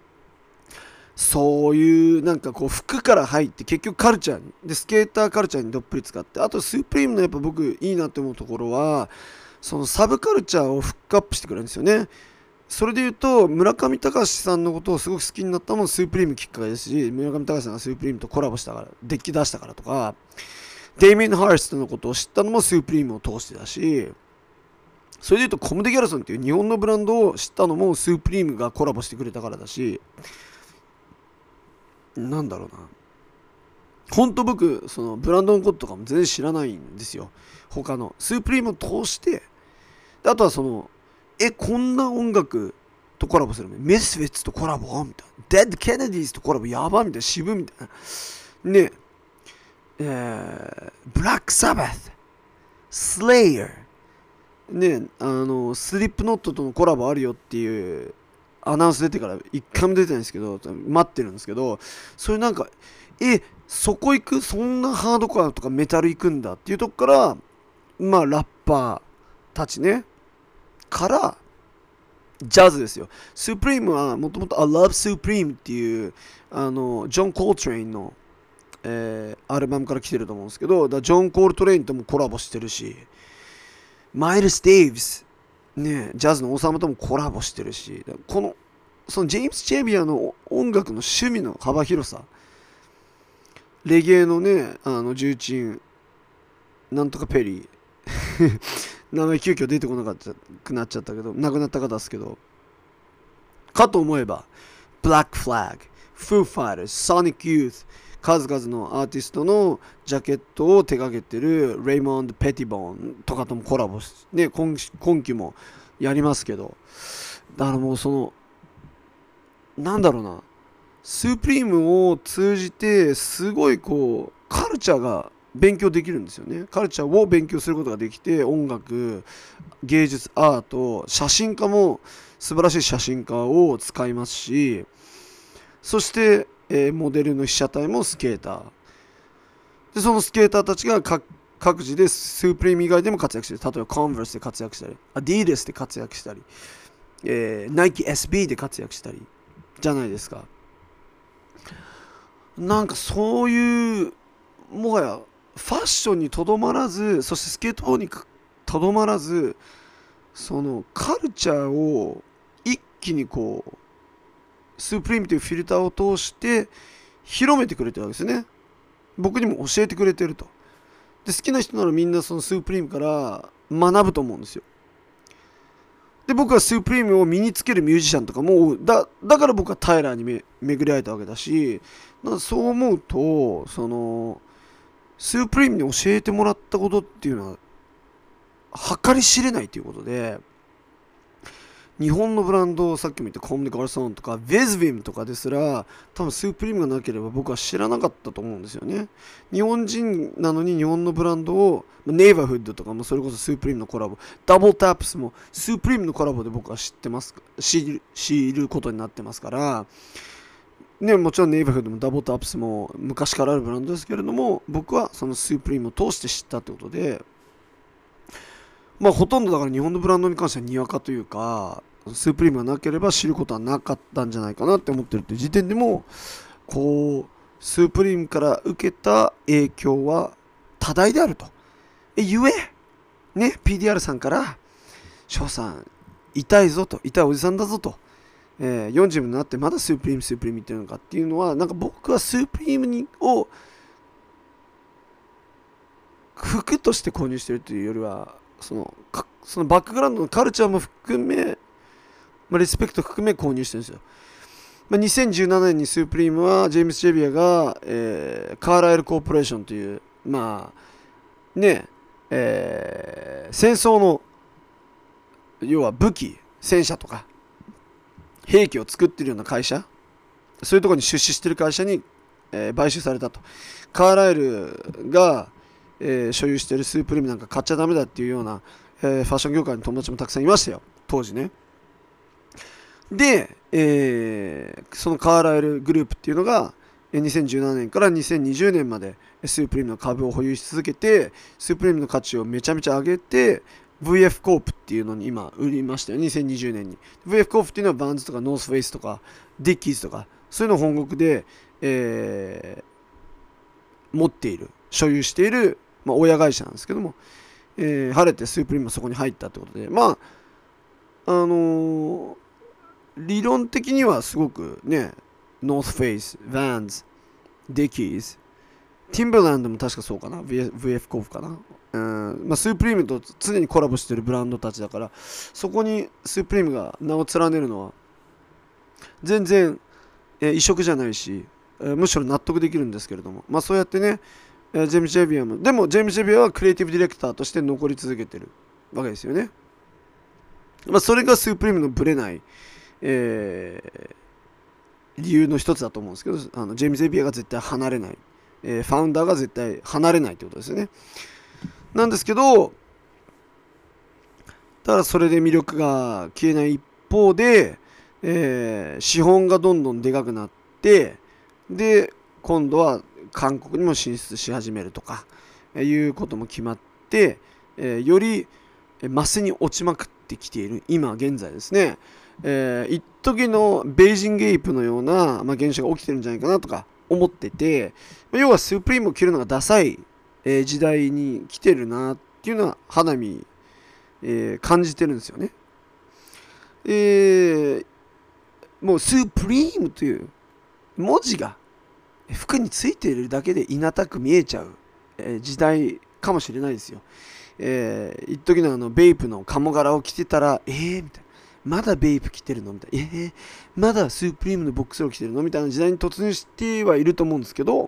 そういうなんかこう服から入って結局カルチャーに、でスケーターカルチャーにどっぷり使って、あとスープリームのやっぱ僕いいなって思うところは、そのサブカルチャーをフックアップしてくれるんですよね。それで言うと村上隆さんのことをすごく好きになったのもスープリームきっかけですし、村上隆さんがスープリームとコラボしたからデッキ出したからとか、デイミン・ハーストのことを知ったのもスープリームを通してだし、それで言うとコムデ・ギャルソンっていう日本のブランドを知ったのもスープリームがコラボしてくれたからだし、なんだろうな、ほんと僕そのブランドのこととかも全然知らないんですよ。他のスープリームを通して、あとはそのこんな音楽とコラボするのミスフィッツとコラボみたいな、デッド・ケネディーズとコラボやばみたいな、渋みたいなね、ブラック・サバス、スレイヤーね、スリップノットとのコラボあるよっていうアナウンス出てから一回も出てないんですけど、待ってるんですけど、それなんかそこ行く、そんなハードコアとかメタル行くんだっていうとこから、ラッパーたちねからジャズですよ。スープリームはもともと I Love Supreme っていうジョン・コールトレインの、アルバムから来てると思うんですけど、ジョン・コールトレインともコラボしてるし、マイルス・デイブスね、ジャズの王様ともコラボしてるし、そのジェームス・チェビアの音楽の趣味の幅広さ、レゲエのね、重鎮なんとかペリー名前急遽出てこなくなっちゃったけど、亡くなった方ですけど、かと思えばブラックフラッグ、フーファイターズ、ソニックユース、数々のアーティストのジャケットを手掛けてるレイモンド・ペティボーンとかともコラボして、ね、今期もやりますけど、だからもうそのなんだろうな、スープリームを通じてすごいこうカルチャーが勉強できるんですよね。カルチャーを勉強することができて、音楽、芸術、アート、写真家も素晴らしい写真家を使いますし、そして、モデルの被写体もスケーターで、そのスケーターたちが各自でスープリーム以外でも活躍してる。例えばコンバースで活躍したり、アディダスで活躍したり、ナイキ SB で活躍したりじゃないですか。なんかそういうもはやファッションにとどまらず、そしてスケートボードにとどまらず、 そのカルチャーを一気にこうスープリームというフィルターを通して広めてくれてるわけですね。僕にも教えてくれてると。で好きな人ならみんなそのスープリームから学ぶと思うんですよ。で僕はスープリームを身につけるミュージシャンとかもだから僕はタイラーに巡り会えたわけだし、そう思うとそのスープリームに教えてもらったことっていうのは計り知れないということで、日本のブランド、さっきも言ったコムデ・ガルソンとかベズビムとかですら多分スープリームがなければ僕は知らなかったと思うんですよね。日本人なのに日本のブランドをネイバーフッドとかもそれこそスープリームのコラボ、ダブルタップスもスープリームのコラボで僕は知ることになってますからね。もちろんネイバーフッドもダブルタップスも昔からあるブランドですけれども、僕はそのスープリームを通して知ったってことで、ほとんどだから日本のブランドに関してはにわかというか、スープリームがなければ知ることはなかったんじゃないかなって思ってるっていう時点でもこうスープリームから受けた影響は多大であると。ゆえね、 PDR さんから翔さん痛いぞと、痛いおじさんだぞと、40になってまだスープリーム言ってるのかっていうのは、なんか僕はスープリームを服として購入してるというよりはそのバックグラウンドのカルチャーも含め、リスペクト含め購入してるんですよ。2017年にスープリームはジェームス・ジェビアが、カーライル・コーポレーションという戦争の要は武器、戦車とか兵器を作ってるような会社、そういうところに出資してる会社に、買収されたと。カーライルが所有しているスープリームなんか買っちゃダメだっていうような、ファッション業界の友達もたくさんいましたよ、当時ね。で、そのカーライルグループっていうのが2017年から2020年までスープリームの株を保有し続けて、スープリームの価値をめちゃめちゃ上げて VF コープっていうのに今売りましたよ、2020年に。 VF コープっていうのはバンズとかノースフェイスとかディッキーズとかそういうのを本国で、持っている、所有している、親会社なんですけども、晴れてスープリームもそこに入ったってことで、理論的にはすごくね、ノースフェイス、ヴァンズ、ディキーズ、ティンバーランドも確かそうかな、VF コープかな。スープリームと常にコラボしてるブランドたちだから、そこにスープリームが名を連ねるのは全然、異色じゃないし、むしろ納得できるんですけれども、そうやってね、ジェームズ・ジェビアも、でもジェームズ・ジェビアはクリエイティブディレクターとして残り続けてるわけですよね。それがスープリームのブレない、理由の一つだと思うんですけど、ジェームズ・ジェビアが絶対離れない、ファウンダーが絶対離れないということですよね。なんですけど、ただそれで魅力が消えない一方で、資本がどんどんでかくなって、で今度は韓国にも進出し始めるとかいうことも決まって、よりマスに落ちまくってきている今現在ですね。一時のベイジングエイプのような、現象が起きてるんじゃないかなとか思ってて、要はスープリームを着るのがダサい、時代に来てるなっていうのは肌身、感じてるんですよね。もうスープリームという文字が服についているだけでいなたく見えちゃう、時代かもしれないですよ。一時のベイプの鴨柄を着てたらみたいな、まだベイプ着てるのみたいな、まだスープリームのボックスを着てるのみたいな時代に突入してはいると思うんですけど、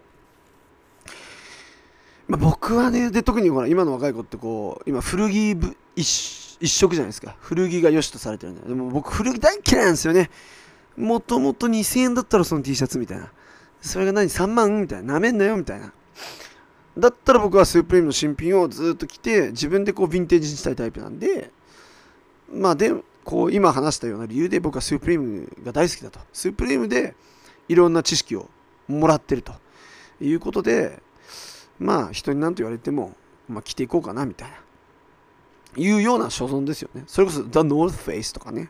僕はね、で特にほら今の若い子ってこう今古着一色じゃないですか。古着が良しとされてるんだよ。でも僕古着大嫌いなんですよね。もともと2000円だったらその T シャツみたいな、それが何3万みたいな、なめんなよみたいな。だったら僕はスープリームの新品をずっと着て自分でこうヴィンテージにしたいタイプなんで、でこう今話したような理由で僕はスープリームが大好きだと、スープリームでいろんな知識をもらってるということで、人に何と言われても着ていこうかなみたいないうような所存ですよね。それこそ The North Face とかね、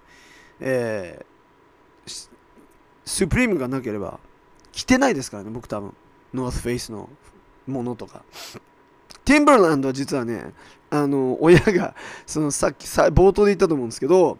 スープリームがなければ着てないですからね、僕多分ノースフェイスのものとかティンバーランドは実はね、親が、さっき冒頭で言ったと思うんですけど、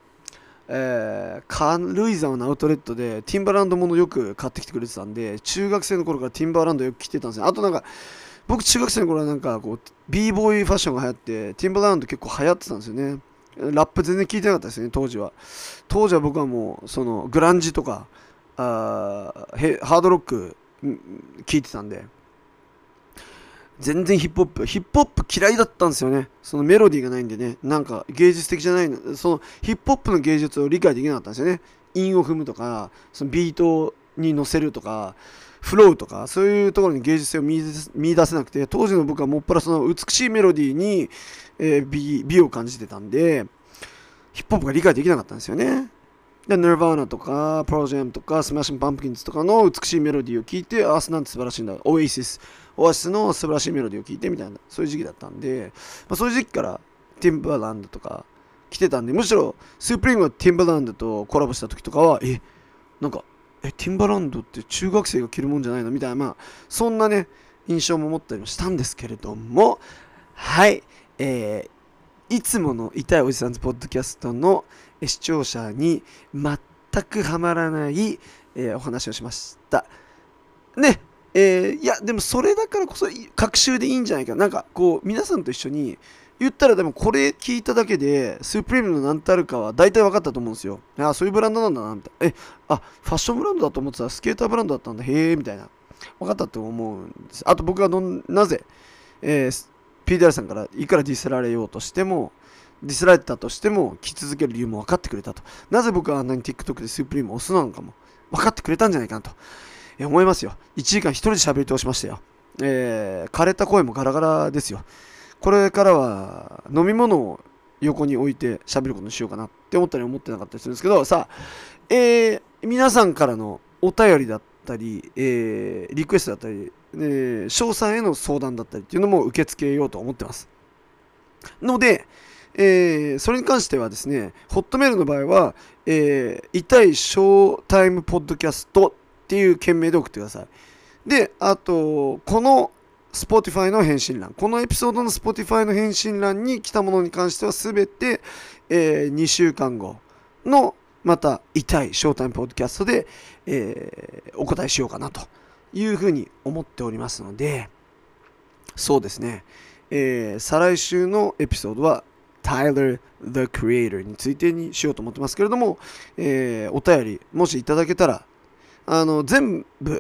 軽井沢のアウトレットでティンバーランドものよく買ってきてくれてたんで、中学生の頃からティンバーランドよく着てたんですよ。あとなんか、僕中学生の頃はなんかこう、b ボーイファッションが流行って、ティンバーランド結構流行ってたんですよね。ラップ全然聞いてなかったですね、当時は。当時は僕はもう、グランジとか、ハードロック聞いてたんで、全然ヒップホップ嫌いだったんですよね。そのメロディーがないんでね、なんか芸術的じゃないの、そのヒップホップの芸術を理解できなかったんですよね。韻を踏むとか、そのビートに乗せるとか、フローとか、そういうところに芸術性を見出せなくて、当時の僕はもっぱらその美しいメロディーに、美を感じてたんで、ヒップホップが理解できなかったんですよね。で、Nirvana とか、Pearl Jam とか、Smashing Pumpkins とかの美しいメロディーを聞いて、なんて素晴らしいんだ。オアシスの素晴らしいメロディーを聞いてみたいな、そういう時期だったんで、そういう時期からティンバーランドとか来てたんで、むしろ、スープリームがティンバーランドとコラボした時とかは、なんか、ティンバーランドって中学生が着るもんじゃないのみたいな、そんなね、印象も持ったりもしたんですけれども、はい、いつもの痛いおじさんズポッドキャストの視聴者に全くハマらない、お話をしました。ね、いや、でもそれだからこそ、隔週でいいんじゃないかな。なんか、こう、皆さんと一緒に、言ったらでもこれ聞いただけで、スープリームの何たるかは大体分かったと思うんですよ。そういうブランドなんだな、みたいな。ファッションブランドだと思ってたらスケーターブランドだったんだ、へえ、みたいな。分かったと思うんです。あと僕がなぜ、PDR さんからいくらディスられようとしても、ディスられたとしても、着続ける理由も分かってくれたと。なぜ僕はあんなに TikTok でスープリームを押すのかも分かってくれたんじゃないかなと。思いますよ。1時間一人で喋り通しましたよ。枯れた声もガラガラですよ。これからは飲み物を横に置いて喋ることにしようかなって思ったり思ってなかったりするんですけど、さあ、皆さんからのお便りだったり、リクエストだったり、詳細への相談だったりっていうのも受け付けようと思ってます。ので、それに関してはですね、ホットメールの場合は、痛いショータイムポッドキャストっていう件名で送ってください。で、あと、この Spotify の返信欄、このエピソードの Spotify の返信欄に来たものに関してはすべて、2週間後のまた痛いショータイムポッドキャストで、お答えしようかなというふうに思っておりますので、そうですね、再来週のエピソードはTyler the Creator についてにしようと思ってますけれども、お便りもしいただけたら全部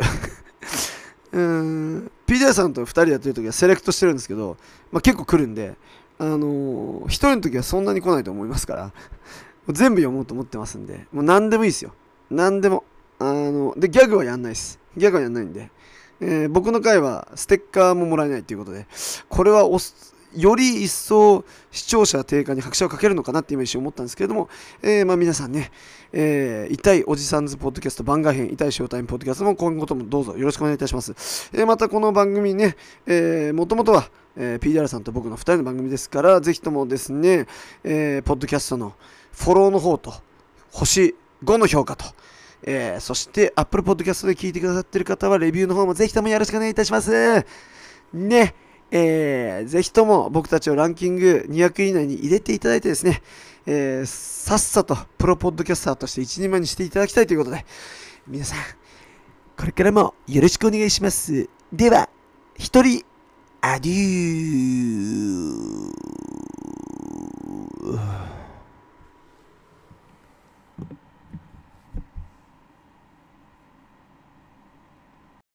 PDR さんと2人でやってるときはセレクトしてるんですけど、結構来るんで、1人のときはそんなに来ないと思いますから全部読もうと思ってますんで、もう何でもいいですよ。何でも。で、ギャグはやんないです。ギャグはやんないんで。僕の回はステッカーももらえないということで、これはより一層視聴者低下に拍車をかけるのかなって今一瞬思ったんですけれども、皆さんね、痛いおじさんズポッドキャスト番外編、痛いショータイムポッドキャストも今後ともどうぞよろしくお願いいたします。またこの番組ね、もともとは、PDR さんと僕の2人の番組ですから、ぜひともですね、ポッドキャストのフォローの方と、星5の評価と、そして Apple Podcast で聞いてくださっている方はレビューの方もぜひともよろしくお願いいたします。ね、ぜひとも僕たちをランキング200位以内に入れていただいてですね、さっさとプロポッドキャスターとして一人前にしていただきたいということで、皆さん、これからもよろしくお願いします。では、一人、アデュー。